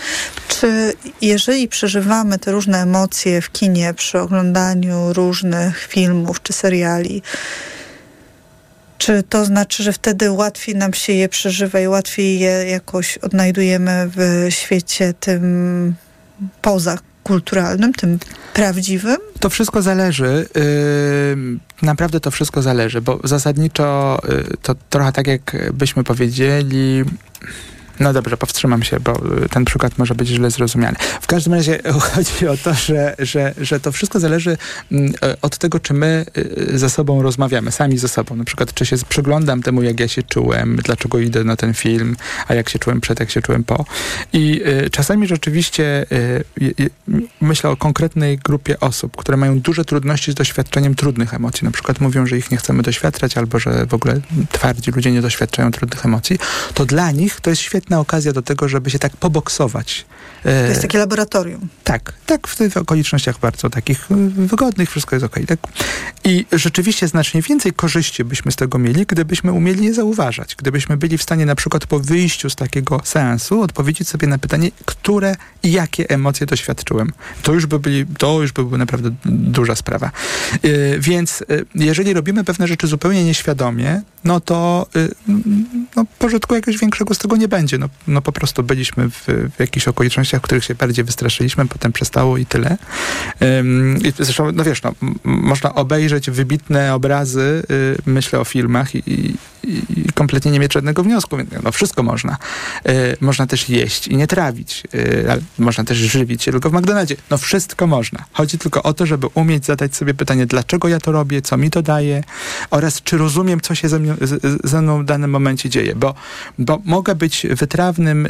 Czy jeżeli przeżywamy te różne emocje w kinie przy oglądaniu różnych filmów czy seriali, czy to znaczy, że wtedy łatwiej nam się je przeżywa i łatwiej je jakoś odnajdujemy w świecie tym pozakulturalnym, tym prawdziwym? To wszystko zależy. Naprawdę to wszystko zależy, bo zasadniczo to trochę tak, jak byśmy powiedzieli... No dobrze, powstrzymam się, bo ten przykład może być źle zrozumiany. W każdym razie chodzi o to, że to wszystko zależy od tego, czy my ze sobą rozmawiamy, sami ze sobą. Na przykład, czy się przyglądam temu, jak ja się czułem, dlaczego idę na ten film, a jak się czułem przed, jak się czułem po. I czasami rzeczywiście myślę o konkretnej grupie osób, które mają duże trudności z doświadczeniem trudnych emocji. Na przykład mówią, że ich nie chcemy doświadczać, albo że w ogóle twardzi ludzie nie doświadczają trudnych emocji. To dla nich to jest świetna okazja do tego, żeby się tak poboksować. To jest takie laboratorium. Tak, w tych okolicznościach bardzo takich wygodnych, wszystko jest okej. Tak? I rzeczywiście znacznie więcej korzyści byśmy z tego mieli, gdybyśmy umieli je zauważać. Gdybyśmy byli w stanie na przykład po wyjściu z takiego seansu odpowiedzieć sobie na pytanie, które i jakie emocje doświadczyłem. To już by była naprawdę duża sprawa. Więc jeżeli robimy pewne rzeczy zupełnie nieświadomie, no to pożytku jakiegoś większego z tego nie będzie. No po prostu byliśmy w jakichś okolicznościach, w których się bardziej wystraszyliśmy, potem przestało i tyle. Zresztą, można obejrzeć wybitne obrazy, myślę o filmach i kompletnie nie mieć żadnego wniosku. Wszystko można. Można też jeść i nie trawić. Można też żywić się tylko w McDonaldzie. Wszystko można. Chodzi tylko o to, żeby umieć zadać sobie pytanie, dlaczego ja to robię, co mi to daje oraz czy rozumiem, co się ze mną w danym momencie dzieje. Bo mogę być wytrawnym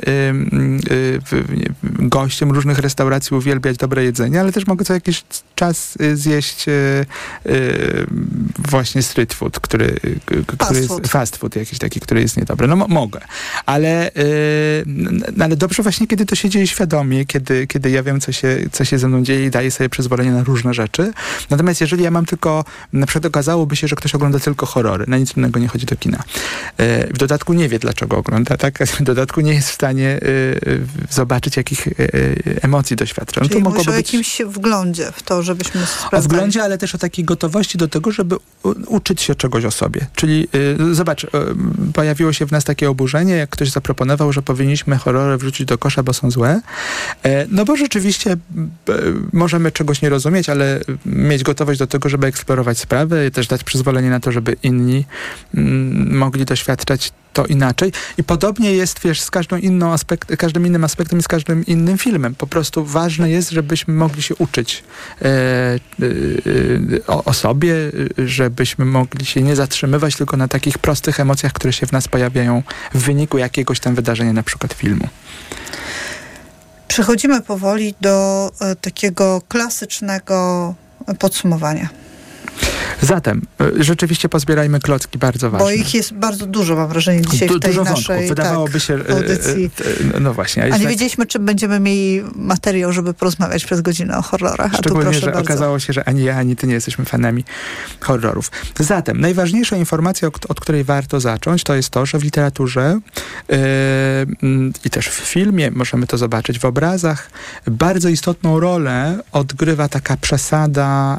gościem różnych restauracji, uwielbiać dobre jedzenie, ale też mogę co jakiś czas zjeść właśnie street food, który jest fast food jakiś taki, który jest niedobry. Mogę. Ale dobrze właśnie, kiedy to się dzieje świadomie, kiedy ja wiem, co się ze mną dzieje i daję sobie przyzwolenie na różne rzeczy. Natomiast jeżeli ja mam tylko, na przykład okazałoby się, że ktoś ogląda tylko horrory, na nic innego nie chodzi do kina. W dodatku nie wie, dlaczego ogląda, tak? W dodatku nie jest w stanie zobaczyć, emocji doświadczają. Czyli mówisz o jakimś wglądzie w to, żebyśmy sprawdzali. O wglądzie, ale też o takiej gotowości do tego, żeby uczyć się czegoś o sobie. Czyli zobacz, pojawiło się w nas takie oburzenie, jak ktoś zaproponował, że powinniśmy horrory wrzucić do kosza, bo są złe. No bo rzeczywiście możemy czegoś nie rozumieć, ale mieć gotowość do tego, żeby eksplorować sprawy i też dać przyzwolenie na to, żeby inni mogli doświadczać to inaczej. I podobnie jest, wiesz, z każdym innym aspektem i z każdym innym filmem. Po prostu ważne jest, żebyśmy mogli się uczyć o sobie, żebyśmy mogli się nie zatrzymywać tylko na takich prostych emocjach, które się w nas pojawiają w wyniku jakiegoś tam wydarzenia, na przykład filmu. Przechodzimy powoli do takiego klasycznego podsumowania. Zatem, rzeczywiście pozbierajmy klocki, bardzo ważne. Bo ich jest bardzo dużo, mam wrażenie, dzisiaj w tej dużo naszej wątków. Wydawałoby się, audycji. No właśnie. A nie wiedzieliśmy, czy będziemy mieli materiał, żeby porozmawiać przez godzinę o horrorach. Szczególnie, że okazało się, że ani ja, ani ty nie jesteśmy fanami horrorów. Zatem, najważniejsza informacja, od której warto zacząć, to jest to, że w literaturze i też w filmie, możemy to zobaczyć w obrazach, bardzo istotną rolę odgrywa taka przesada,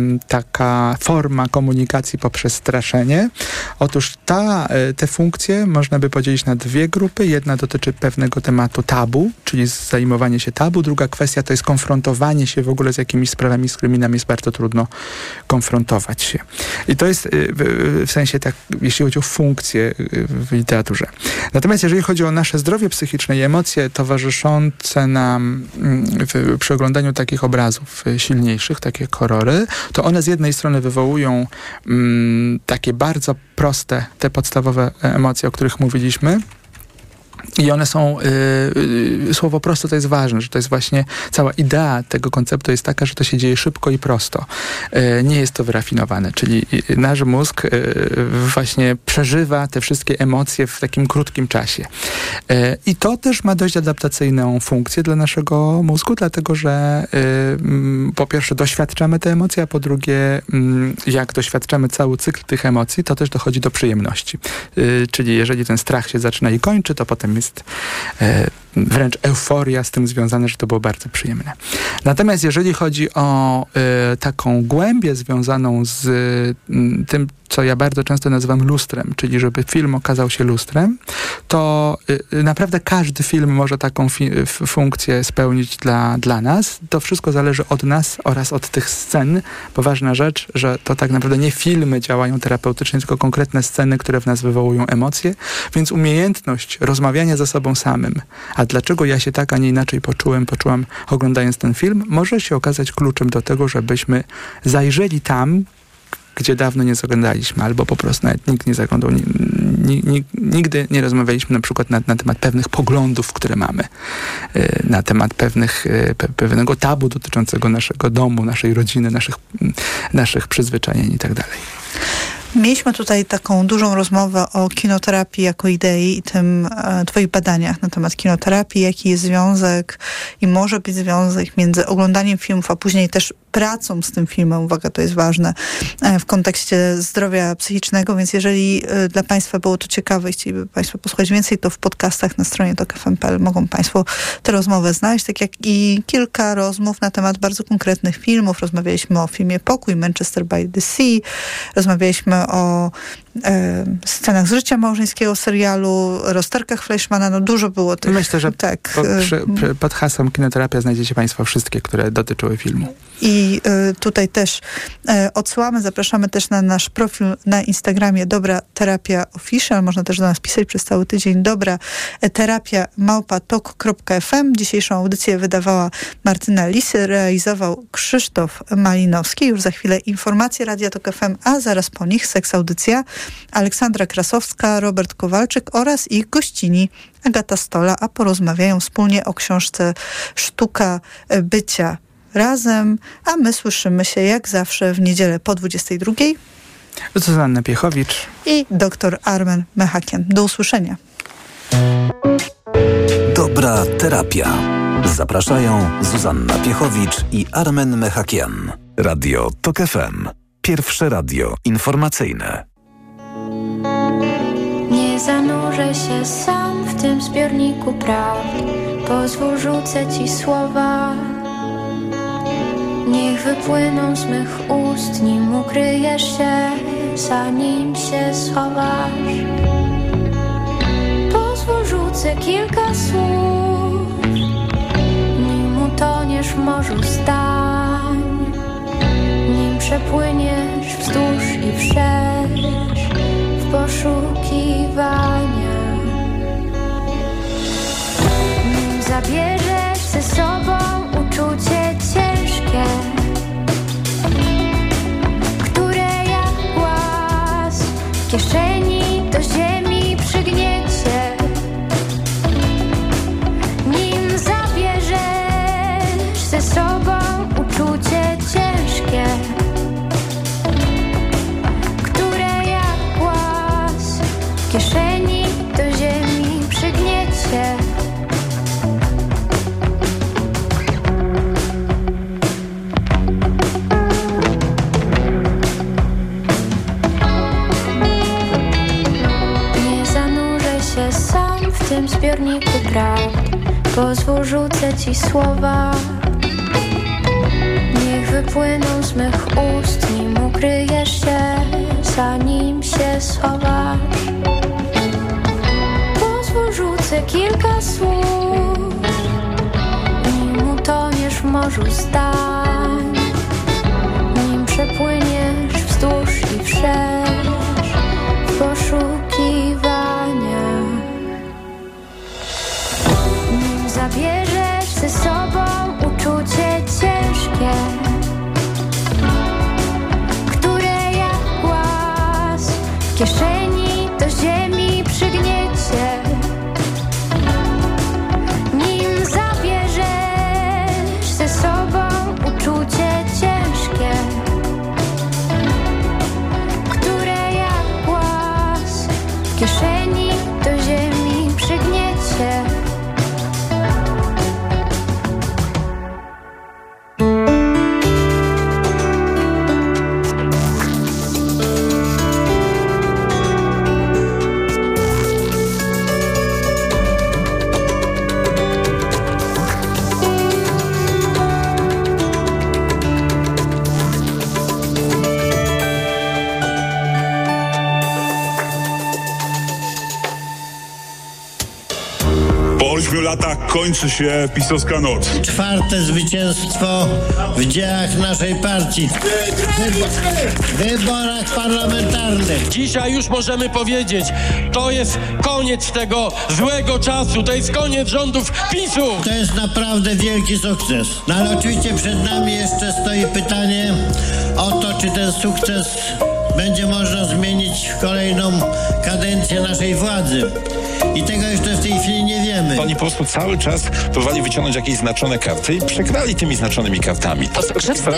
taka forma komunikacji poprzez straszenie. Otóż te funkcje można by podzielić na dwie grupy. Jedna dotyczy pewnego tematu tabu, czyli zajmowanie się tabu. Druga kwestia to jest konfrontowanie się w ogóle z jakimiś sprawami, z którymi nam jest bardzo trudno konfrontować się. I to jest w sensie tak, jeśli chodzi o funkcje w literaturze. Natomiast jeżeli chodzi o nasze zdrowie psychiczne i emocje towarzyszące nam przy oglądaniu takich obrazów silniejszych, takie jak horrory, to one z jednej strony wywołują takie bardzo proste, te podstawowe emocje, o których mówiliśmy. I one są, słowo prosto to jest ważne, że to jest właśnie cała idea tego konceptu jest taka, że to się dzieje szybko i prosto. Nie jest to wyrafinowane, czyli nasz mózg właśnie przeżywa te wszystkie emocje w takim krótkim czasie. I to też ma dość adaptacyjną funkcję dla naszego mózgu, dlatego że po pierwsze doświadczamy te emocje, a po drugie jak doświadczamy cały cykl tych emocji, to też dochodzi do przyjemności. Czyli jeżeli ten strach się zaczyna i kończy, to potem jest wręcz euforia z tym związana, że to było bardzo przyjemne. Natomiast jeżeli chodzi o taką głębię związaną z tym, co ja bardzo często nazywam lustrem, czyli żeby film okazał się lustrem, to naprawdę każdy film może taką funkcję spełnić dla nas. To wszystko zależy od nas oraz od tych scen, bo ważna rzecz, że to tak naprawdę nie filmy działają terapeutycznie, tylko konkretne sceny, które w nas wywołują emocje, więc umiejętność rozmawiania ze sobą samym, a dlaczego ja się tak, a nie inaczej poczułam oglądając ten film, może się okazać kluczem do tego, żebyśmy zajrzeli tam, gdzie dawno nie zaglądaliśmy, albo po prostu nawet nikt nie zaglądał, nigdy nie rozmawialiśmy na przykład na temat pewnych poglądów, które mamy, na temat pewnego tabu dotyczącego naszego domu, naszej rodziny, naszych przyzwyczajeń i tak dalej. Mieliśmy tutaj taką dużą rozmowę o kinoterapii jako idei i tym twoich badaniach na temat kinoterapii, jaki jest związek i może być związek między oglądaniem filmów, a później też pracą z tym filmem, uwaga, to jest ważne, w kontekście zdrowia psychicznego, więc jeżeli dla Państwa było to ciekawe i chcieliby Państwo posłuchać więcej, to w podcastach na stronie tok.fm.pl mogą Państwo tę rozmowę znaleźć, tak jak i kilka rozmów na temat bardzo konkretnych filmów. Rozmawialiśmy o filmie Pokój, Manchester by the Sea, rozmawialiśmy o scenach z życia małżeńskiego serialu, rozterkach Fleischmana, no dużo było tych. Myślę, że pod hasłem kinoterapia znajdziecie Państwo wszystkie, które dotyczyły filmu. I tutaj też odsyłamy, zapraszamy też na nasz profil na Instagramie Dobra Terapia Official. Można też do nas pisać przez cały tydzień. Dobra Terapia @tok.fm. Dzisiejszą audycję wydawała Martyna Lisy, realizował Krzysztof Malinowski. Już za chwilę informacje Radia Tok FM, a zaraz po nich seks audycja Aleksandra Krasowska, Robert Kowalczyk oraz ich gościni Agata Stola, a porozmawiają wspólnie o książce Sztuka bycia razem, a my słyszymy się jak zawsze w niedzielę po 22:00. Zuzanna Piechowicz i dr Armen Mechakian. Do usłyszenia. Dobra terapia. Zapraszają Zuzanna Piechowicz i Armen Mechakian. Radio Tok FM. Pierwsze radio informacyjne. Nie zanurzę się sam w tym zbiorniku prawd. Pozwól, rzucę ci słowa, niech wypłyną z mych ust, nim ukryjesz się, zanim się schowasz. Pozwól, rzucę kilka słów, nim utoniesz w morzu zdań, nim przepłyniesz wzdłuż i wszerz w poszukiwania. Nim zabierzesz ze sobą uczucie ciężkie, które jak głaz w kieszeni do ziemi przygniecie. Nim zabierzesz ze sobą uczucie ciężkie, które jak głaz w kieszeni do ziemi przygniecie. W tym zbiorniku prawd pozwól, rzucę ci słowa, niech wypłyną z mych ust, nim ukryjesz się, zanim się schowasz. Pozwól, rzucę kilka słów, nim utoniesz w morzu zdań, nim przepłyniesz wzdłuż i wszerz w poszukiwania. Zabierzesz ze sobą uczucie ciężkie, które jak głaz w kieszeni do ziemi przygniecie. Nim zabierzesz ze sobą uczucie ciężkie, które jak głaz w kieszeni do ziemi przygniecie. Po 8 latach kończy się pisowska noc. 4. zwycięstwo w dziejach naszej partii. W wyborach parlamentarnych. Dzisiaj już możemy powiedzieć, to jest koniec tego złego czasu, to jest koniec rządów PiS-u. To jest naprawdę wielki sukces. No ale oczywiście przed nami jeszcze stoi pytanie o to, czy ten sukces będzie można zmienić w kolejną kadencję naszej władzy. I tego jeszcze w tej chwili nie wiemy. Oni po prostu cały czas próbowali wyciągnąć jakieś znaczone karty i przegrali tymi znaczonymi kartami. To grzeczne